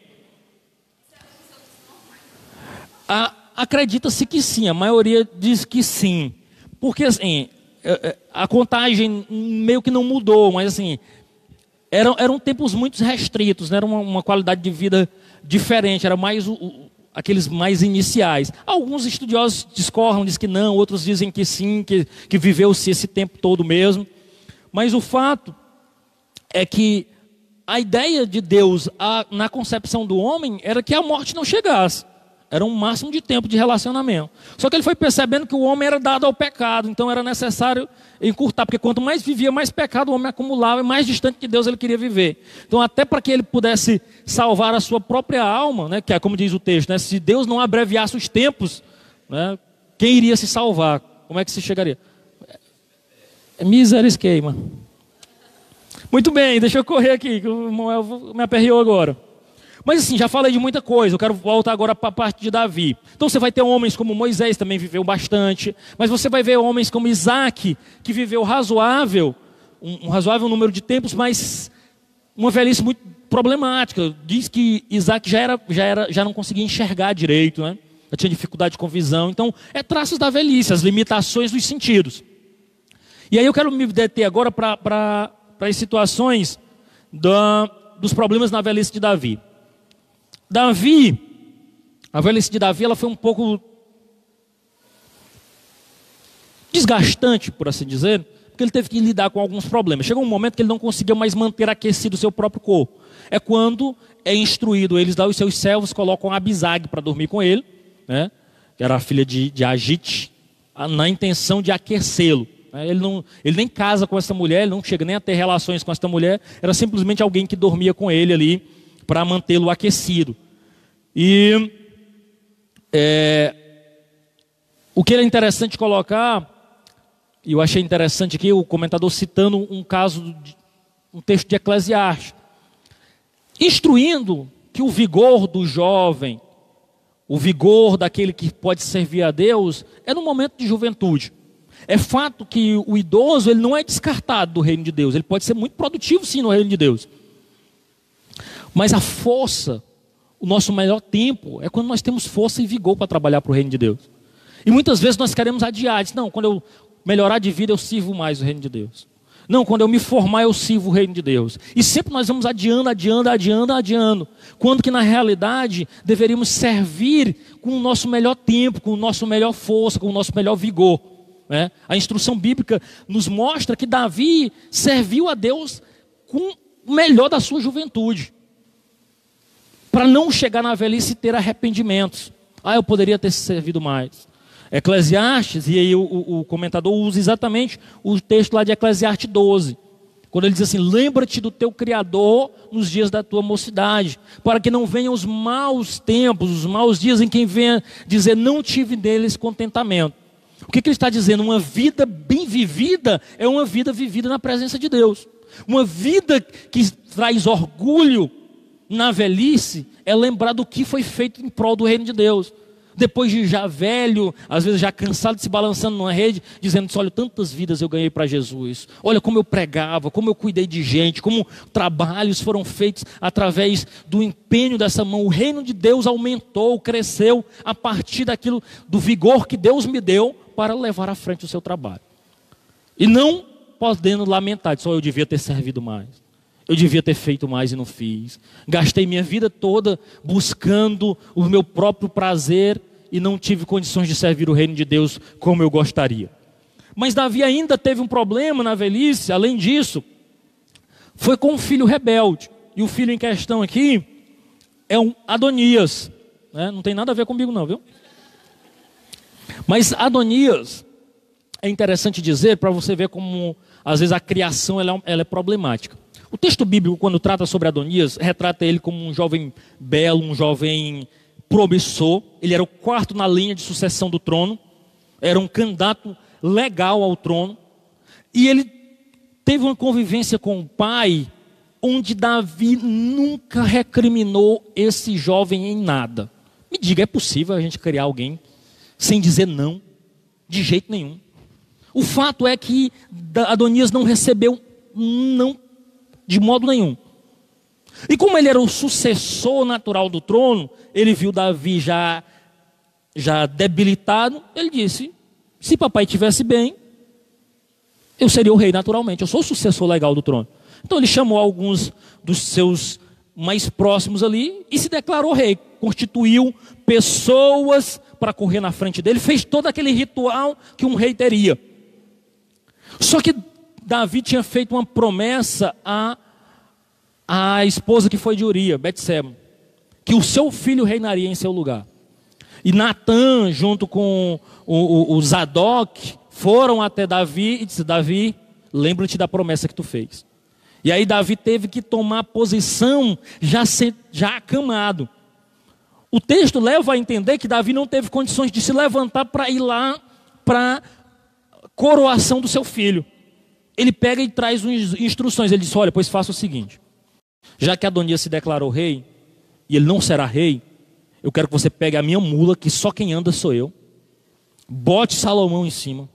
A, acredita-se que sim, a maioria diz que sim. Porque assim, a contagem meio que não mudou, mas assim, eram, eram tempos muito restritos, né? Era uma, uma qualidade de vida diferente, era mais o, o, aqueles mais iniciais. Alguns estudiosos discordam, dizem que não, outros dizem que sim, que, que viveu-se esse tempo todo mesmo. Mas o fato é que a ideia de Deus a, na concepção do homem era que a morte não chegasse. Era um máximo de tempo de relacionamento. Só que ele foi percebendo que o homem era dado ao pecado, então era necessário encurtar, porque quanto mais vivia, mais pecado o homem acumulava e mais distante de Deus ele queria viver. Então até para que ele pudesse salvar a sua própria alma, né, que é como diz o texto, né, se Deus não abreviasse os tempos, né, quem iria se salvar? Como é que se chegaria? É miséria queima. Muito bem, deixa eu correr aqui, que o Moel me aperreou agora. Mas assim, já falei de muita coisa, eu quero voltar agora para a parte de Davi. Então você vai ter homens como Moisés, também viveu bastante, mas você vai ver homens como Isaac, que viveu razoável, um, um razoável número de tempos, mas uma velhice muito problemática. Diz que Isaac já, era, já, era, já não conseguia enxergar direito, né? Já tinha dificuldade com visão. Então, é traços da velhice, as limitações dos sentidos. E aí eu quero me deter agora para as situações da, dos problemas na velhice de Davi. Davi, a velhice de Davi, ela foi um pouco desgastante, por assim dizer, porque ele teve que lidar com alguns problemas. Chegou um momento que ele não conseguia mais manter aquecido o seu próprio corpo. É quando é instruído, eles dão os seus servos, colocam Abisag para dormir com ele, né? Que era a filha de, de Agite, na intenção de aquecê-lo. Ele, não, ele nem casa com essa mulher, ele não chega nem a ter relações com essa mulher, era simplesmente alguém que dormia com ele ali, para mantê-lo aquecido. E é, o que é interessante colocar, e eu achei interessante aqui, o comentador citando um caso, de, um texto de Eclesiastes, instruindo que o vigor do jovem, o vigor daquele que pode servir a Deus, é no momento de juventude. É fato que o idoso ele não é descartado do reino de Deus, ele pode ser muito produtivo sim no reino de Deus. Mas a força, o nosso melhor tempo, é quando nós temos força e vigor para trabalhar para o reino de Deus. E muitas vezes nós queremos adiar, diz, não, quando eu melhorar de vida eu sirvo mais o reino de Deus. Não, quando eu me formar eu sirvo o reino de Deus. E sempre nós vamos adiando, adiando, adiando, adiando. Quando que na realidade deveríamos servir com o nosso melhor tempo, com o nosso melhor força, com o nosso melhor vigor. Né? A instrução bíblica nos mostra que Davi serviu a Deus com o melhor da sua juventude. Para não chegar na velhice e ter arrependimentos. Ah, eu poderia ter servido mais. Eclesiastes, e aí o, o, o comentador usa exatamente o texto lá de Eclesiastes doze. Quando ele diz assim, lembra-te do teu Criador nos dias da tua mocidade, para que não venham os maus tempos, os maus dias em que venha dizer, não tive neles contentamento. O que, que ele está dizendo? Uma vida bem vivida é uma vida vivida na presença de Deus. Uma vida que traz orgulho na velhice é lembrar do que foi feito em prol do reino de Deus. Depois de já velho, às vezes já cansado de se balançando numa rede, dizendo assim, olha, tantas vidas eu ganhei para Jesus. Olha como eu pregava, como eu cuidei de gente, como trabalhos foram feitos através do empenho dessa mão. O reino de Deus aumentou, cresceu a partir daquilo, do vigor que Deus me deu para levar à frente o seu trabalho. E não podendo lamentar, só eu devia ter servido mais. Eu devia ter feito mais e não fiz. Gastei minha vida toda buscando o meu próprio prazer e não tive condições de servir o reino de Deus como eu gostaria. Mas Davi ainda teve um problema na velhice, além disso, foi com um filho rebelde. E o filho em questão aqui é um Adonias. Né? Não tem nada a ver comigo não, viu? Mas Adonias, é interessante dizer, para você ver como às vezes a criação ela, ela é problemática. O texto bíblico, quando trata sobre Adonias, retrata ele como um jovem belo, um jovem promissor. Ele era o quarto na linha de sucessão do trono. Era um candidato legal ao trono. E ele teve uma convivência com o pai, onde Davi nunca recriminou esse jovem em nada. Me diga, é possível a gente criar alguém sem dizer não? De jeito nenhum. O fato é que Adonias não recebeu, não, de modo nenhum. E como ele era o sucessor natural do trono, ele viu Davi já, já debilitado, ele disse, se papai tivesse bem, eu seria o rei naturalmente, eu sou o sucessor legal do trono. Então ele chamou alguns dos seus mais próximos ali e se declarou rei, constituiu pessoas para correr na frente dele, fez todo aquele ritual que um rei teria. Só que Davi tinha feito uma promessa a, a esposa que foi de Uria, Betseba, que o seu filho reinaria em seu lugar. E Natã, junto com o, o, o Zadok, foram até Davi e disse, Davi, lembra-te da promessa que tu fez. E aí Davi teve que tomar posição já, se, já acamado. O texto leva a entender que Davi não teve condições de se levantar para ir lá para coroação do seu filho. Ele pega e traz instruções. Ele diz, olha, pois faça o seguinte. Já que Adonias se declarou rei, e ele não será rei, eu quero que você pegue a minha mula, que só quem anda sou eu. Bote Salomão em cima.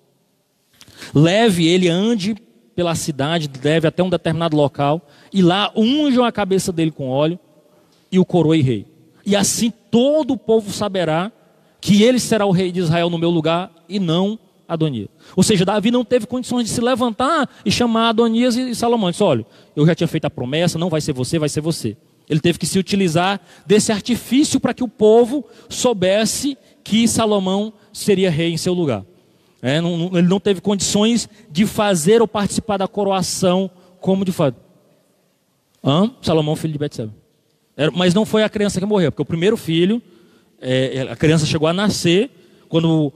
Leve ele, ande pela cidade, leve até um determinado local, e lá unjam a cabeça dele com óleo, e o coroe rei. E assim todo o povo saberá que ele será o rei de Israel no meu lugar, e não Adonias. Ou seja, Davi não teve condições de se levantar e chamar Adonias e Salomão. Ele disse, olha, eu já tinha feito a promessa, não vai ser você, vai ser você. Ele teve que se utilizar desse artifício para que o povo soubesse que Salomão seria rei em seu lugar. É, não, ele não teve condições de fazer ou participar da coroação como de fato. Hã? Salomão, filho de Betseba. Era, mas não foi a criança que morreu, porque o primeiro filho, é, a criança chegou a nascer, quando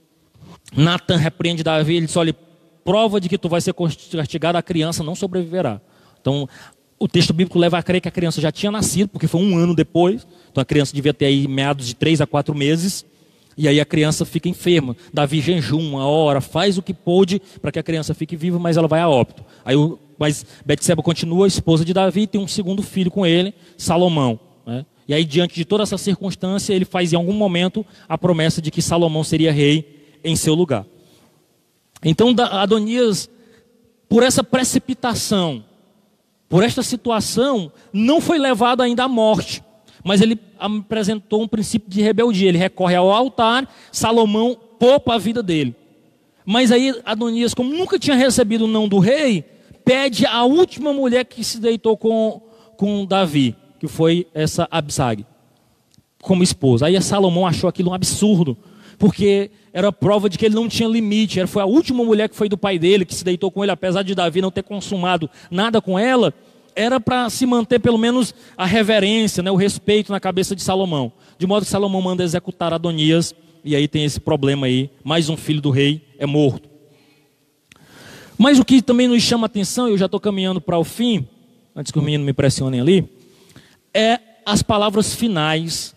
Natã repreende Davi, ele disse, olha, prova de que tu vai ser castigado, a criança não sobreviverá. Então, o texto bíblico leva a crer que a criança já tinha nascido, porque foi um ano depois, então a criança devia ter aí meados de três a quatro meses, e aí a criança fica enferma. Davi jejuma, ora, faz o que pôde para que a criança fique viva, mas ela vai a óbito. Aí o, mas Betseba continua esposa de Davi e tem um segundo filho com ele, Salomão. Né? E aí diante de toda essa circunstância, ele faz em algum momento a promessa de que Salomão seria rei em seu lugar. Então Adonias, por essa precipitação, por esta situação, não foi levado ainda à morte, mas ele apresentou um princípio de rebeldia. Ele recorre ao altar, Salomão poupa a vida dele. Mas aí Adonias, como nunca tinha recebido o não do rei, pede a última mulher que se deitou com, com Davi, que foi essa Absag, como esposa. Aí Salomão achou aquilo um absurdo, porque era prova de que ele não tinha limite. Era, foi a última mulher que foi do pai dele, que se deitou com ele, apesar de Davi não ter consumado nada com ela, era para se manter pelo menos a reverência, né, o respeito na cabeça de Salomão. De modo que Salomão manda executar Adonias, e aí tem esse problema aí, mais um filho do rei é morto. Mas o que também nos chama a atenção, eu já estou caminhando para o fim, antes que os meninos me pressionem ali, é as palavras finais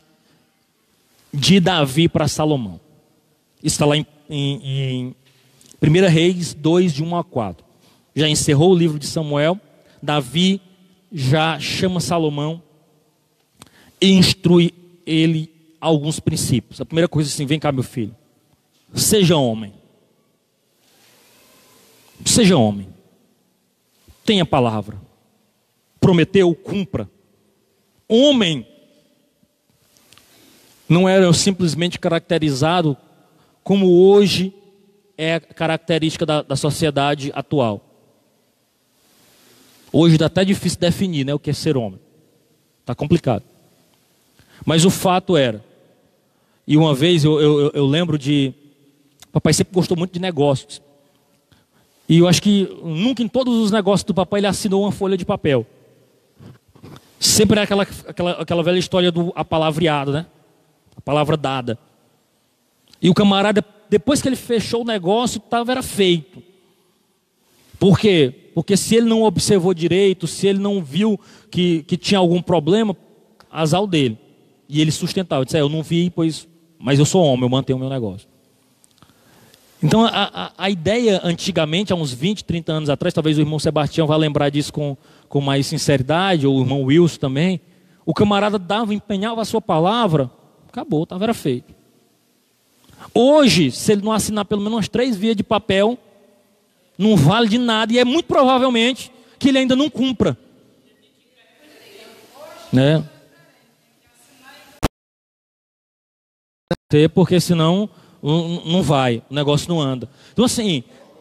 de Davi para Salomão. Isso está lá em, em, em primeira Reis dois, de um a quatro. Já encerrou o livro de Samuel. Davi já chama Salomão e instrui ele alguns princípios. A primeira coisa é assim, vem cá meu filho, seja homem. Seja homem. Tenha palavra. Prometeu, cumpra. Homem não era simplesmente caracterizado como hoje é a característica da, da sociedade atual. Hoje está até difícil definir, né, o que é ser homem. Está complicado. Mas o fato era, e uma vez eu, eu, eu lembro de, papai sempre gostou muito de negócios. E eu acho que nunca em todos os negócios do papai ele assinou uma folha de papel. Sempre é aquela, aquela, aquela velha história do apalavreado, né? A palavra dada. E o camarada, depois que ele fechou o negócio, tava, era feito. Por quê? Porque se ele não observou direito, se ele não viu que, que tinha algum problema, azar dele. E ele sustentava. Ele disse, é, eu não vi, pois, mas eu sou homem, eu mantenho o meu negócio. Então a, a, a ideia antigamente, há uns vinte, trinta anos atrás, talvez o irmão Sebastião vá lembrar disso com, com mais sinceridade, ou o irmão Wilson também, o camarada dava, empenhava a sua palavra, acabou, estava era feito. Hoje, se ele não assinar pelo menos umas três vias de papel, Não vale de nada e é muito provavelmente que ele ainda não cumpra. Né? Porque senão não vai, o negócio não anda. Então assim,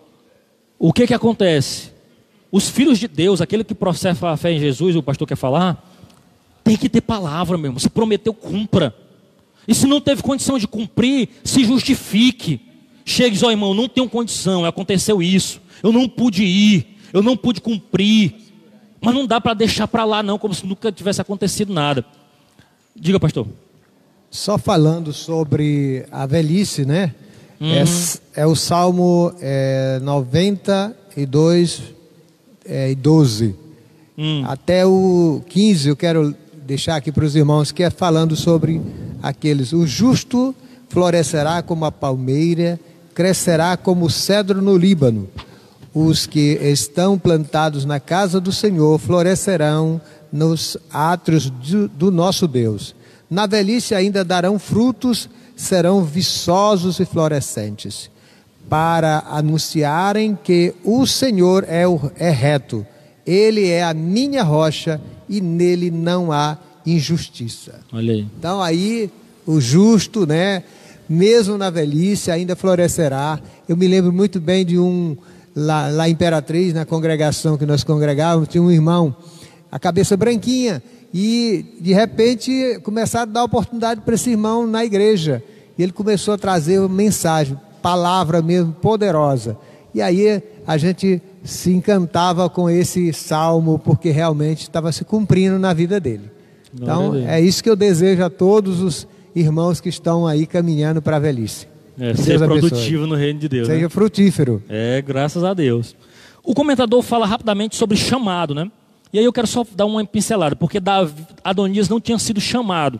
o que que acontece? Os filhos de Deus, aquele que professa a fé em Jesus, o pastor quer falar, tem que ter palavra mesmo. Se prometeu, cumpra. E se não teve condição de cumprir, se justifique. Chegue e diz, ó irmão, não tenho condição, aconteceu isso, eu não pude ir, eu não pude cumprir. Mas não dá para deixar para lá não, como se nunca tivesse acontecido nada. Diga, pastor. Só falando sobre a velhice, né? Uhum. É, é o Salmo é, noventa e dois é, e doze. Hum. Até o quinze eu quero deixar aqui para os irmãos, que é falando sobre aqueles. O justo florescerá como a palmeira, crescerá como o cedro no Líbano. Os que estão plantados na casa do Senhor florescerão nos átrios do, do nosso Deus. Na velhice ainda darão frutos, serão viçosos e florescentes, para anunciarem que o Senhor é, o, é reto. Ele é a minha rocha e nele não há injustiça. Olha aí. Então aí o justo, né, mesmo na velhice ainda florescerá. Eu me lembro muito bem de um lá, lá em Imperatriz, na congregação que nós congregávamos, tinha um irmão, a cabeça branquinha, e de repente começaram a dar oportunidade para esse irmão na igreja, e ele começou a trazer uma mensagem, palavra mesmo poderosa, e aí a gente se encantava com esse salmo, porque realmente estava se cumprindo na vida dele. Então é isso que eu desejo a todos os irmãos que estão aí caminhando para a velhice. É, ser produtivo no reino de Deus. Seja, né, frutífero. É, graças a Deus. O comentador fala rapidamente sobre chamado, né? E aí eu quero só dar uma pincelada, porque Davi, Adonias não tinha sido chamado.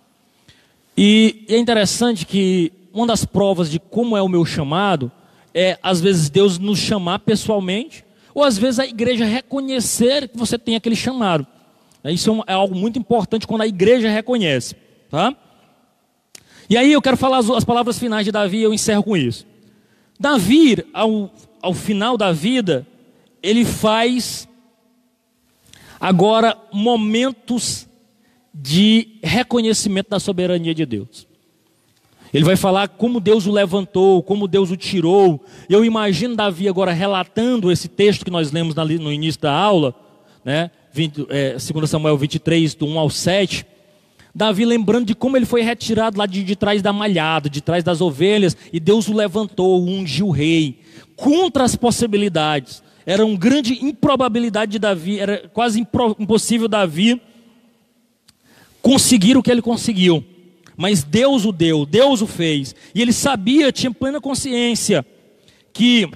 E é interessante que uma das provas de como é o meu chamado é, às vezes, Deus nos chamar pessoalmente, ou às vezes a igreja reconhecer que você tem aquele chamado. Isso é algo muito importante quando a igreja reconhece, tá? E aí eu quero falar as, as palavras finais de Davi e eu encerro com isso. Davi, ao, ao final da vida, ele faz agora momentos de reconhecimento da soberania de Deus. Ele vai falar como Deus o levantou, como Deus o tirou. Eu imagino Davi agora relatando esse texto que nós lemos no início da aula, né? vinte, é, dois Samuel vinte e três, do um ao sete. Davi lembrando de como ele foi retirado lá de, de trás da malhada, de trás das ovelhas, e Deus o levantou, o ungiu rei, contra as possibilidades. Era uma grande improbabilidade de Davi, era quase impro, impossível Davi conseguir o que ele conseguiu. Mas Deus o deu, Deus o fez. E ele sabia, tinha plena consciência, que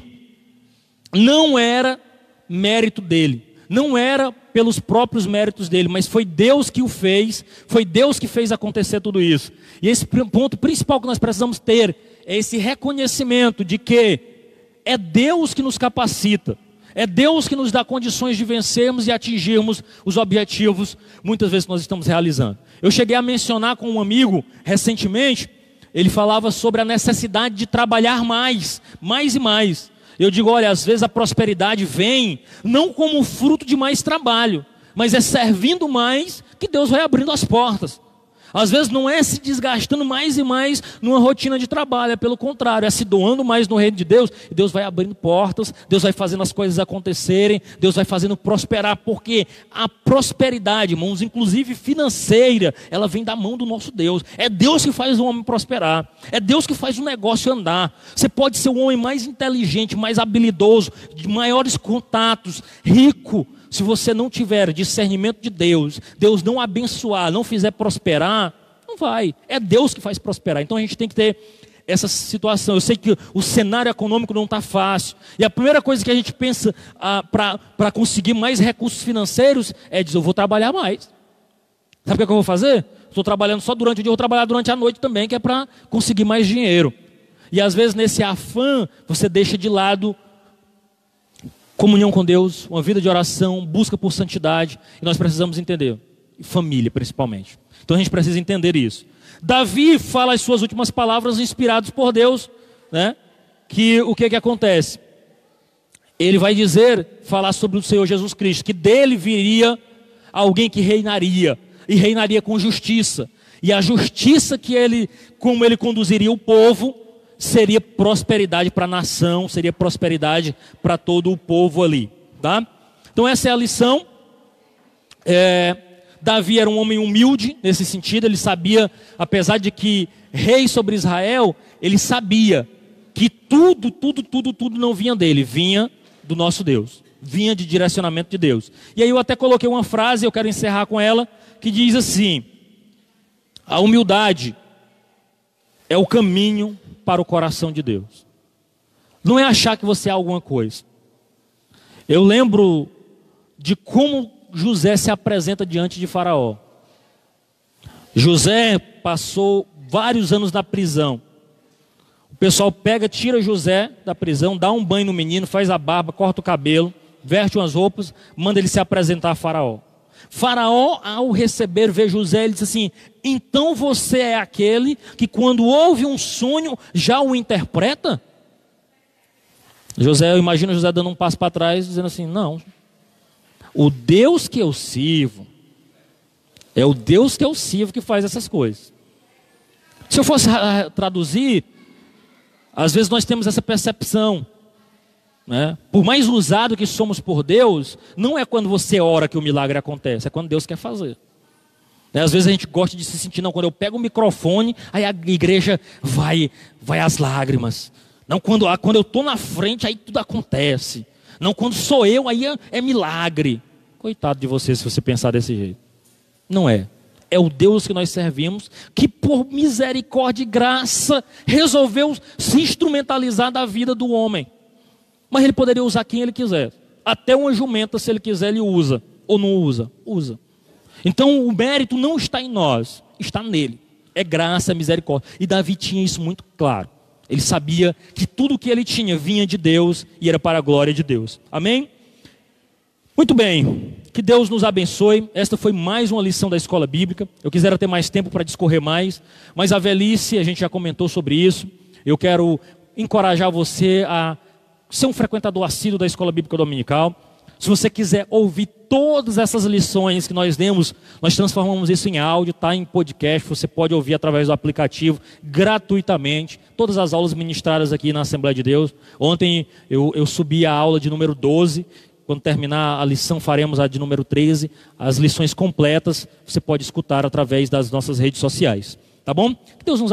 não era mérito dele, não era pelos próprios méritos dele, mas foi Deus que o fez, foi Deus que fez acontecer tudo isso. E esse ponto principal que nós precisamos ter é esse reconhecimento de que é Deus que nos capacita, é Deus que nos dá condições de vencermos e atingirmos os objetivos, muitas vezes que nós estamos realizando. Eu cheguei a mencionar com um amigo recentemente, ele falava sobre a necessidade de trabalhar mais, mais e mais. Eu digo, olha, às vezes a prosperidade vem não como fruto de mais trabalho, mas é servindo mais que Deus vai abrindo as portas. Às vezes não é se desgastando mais e mais numa rotina de trabalho, é pelo contrário, é se doando mais no reino de Deus, e Deus vai abrindo portas, Deus vai fazendo as coisas acontecerem, Deus vai fazendo prosperar, porque a prosperidade, irmãos, inclusive financeira, ela vem da mão do nosso Deus. É Deus que faz o homem prosperar, é Deus que faz o negócio andar. Você pode ser o homem mais inteligente, mais habilidoso, de maiores contatos, rico, se você não tiver discernimento de Deus, Deus não abençoar, não fizer prosperar, não vai. É Deus que faz prosperar. Então a gente tem que ter essa situação. Eu sei que o cenário econômico não está fácil. E a primeira coisa que a gente pensa ah, para conseguir mais recursos financeiros é dizer, eu vou trabalhar mais. Sabe o que, é que eu vou fazer? Estou trabalhando só durante o dia, eu vou trabalhar durante a noite também, que é para conseguir mais dinheiro. E às vezes nesse afã, você deixa de lado comunhão com Deus, uma vida de oração, busca por santidade, e nós precisamos entender, família principalmente. Então a gente precisa entender isso. Davi fala as suas últimas palavras inspiradas por Deus, né? Que o que que acontece? ele vai dizer, falar sobre o Senhor Jesus Cristo, que dele viria alguém que reinaria, e reinaria com justiça. E a justiça que ele, como ele conduziria o povo, seria prosperidade para a nação, seria prosperidade para todo o povo ali, tá? Então essa é a lição. É, Davi era um homem humilde nesse sentido, ele sabia, apesar de que rei sobre Israel, ele sabia que tudo, tudo, tudo, tudo não vinha dele, vinha do nosso Deus, vinha de direcionamento de Deus. E aí eu até coloquei uma frase, eu quero encerrar com ela, que diz assim: a humildade é o caminho para o coração de Deus. Não é achar que você é alguma coisa. Eu lembro de como José se apresenta diante de Faraó. José passou vários anos na prisão. O pessoal pega, tira José da prisão, dá um banho no menino, faz a barba, corta o cabelo, veste umas roupas, manda ele se apresentar a Faraó. Faraó, ao receber, vê José, ele diz assim: então você é aquele que quando ouve um sonho, já o interpreta? José, eu imagino José dando um passo para trás, dizendo assim: não, o Deus que eu sirvo, é o Deus que eu sirvo que faz essas coisas. Se eu fosse traduzir, às vezes nós temos essa percepção, né? Por mais usado que somos por Deus, não é quando você ora que o milagre acontece, é quando Deus quer fazer. Né? Às vezes a gente gosta de se sentir, não, quando eu pego o microfone, aí a igreja vai, vai às lágrimas. Não, quando, quando eu estou na frente, aí tudo acontece. Não, quando sou eu, aí é, é milagre. Coitado de você se você pensar desse jeito. Não é. É o Deus que nós servimos, que por misericórdia e graça resolveu se instrumentalizar da vida do homem. Mas ele poderia usar quem ele quiser. Até uma jumenta, se ele quiser, ele usa. Ou não usa? Usa. Então o mérito não está em nós, está nele. É graça, é misericórdia. E Davi tinha isso muito claro. Ele sabia que tudo que ele tinha vinha de Deus e era para a glória de Deus. Amém? Muito bem. Que Deus nos abençoe. Esta foi mais uma lição da escola bíblica. Eu quisera ter mais tempo para discorrer mais, mas a velhice, a gente já comentou sobre isso. Eu quero encorajar você a ser um frequentador assíduo da escola bíblica dominical. Se você quiser ouvir todas essas lições que nós demos, nós transformamos isso em áudio, está em podcast, você pode ouvir através do aplicativo, gratuitamente, todas as aulas ministradas aqui na Assembleia de Deus. Ontem eu, eu subi a aula de número doze, quando terminar a lição faremos a de número treze, as lições completas, você pode escutar através das nossas redes sociais, tá bom? Que Deus nos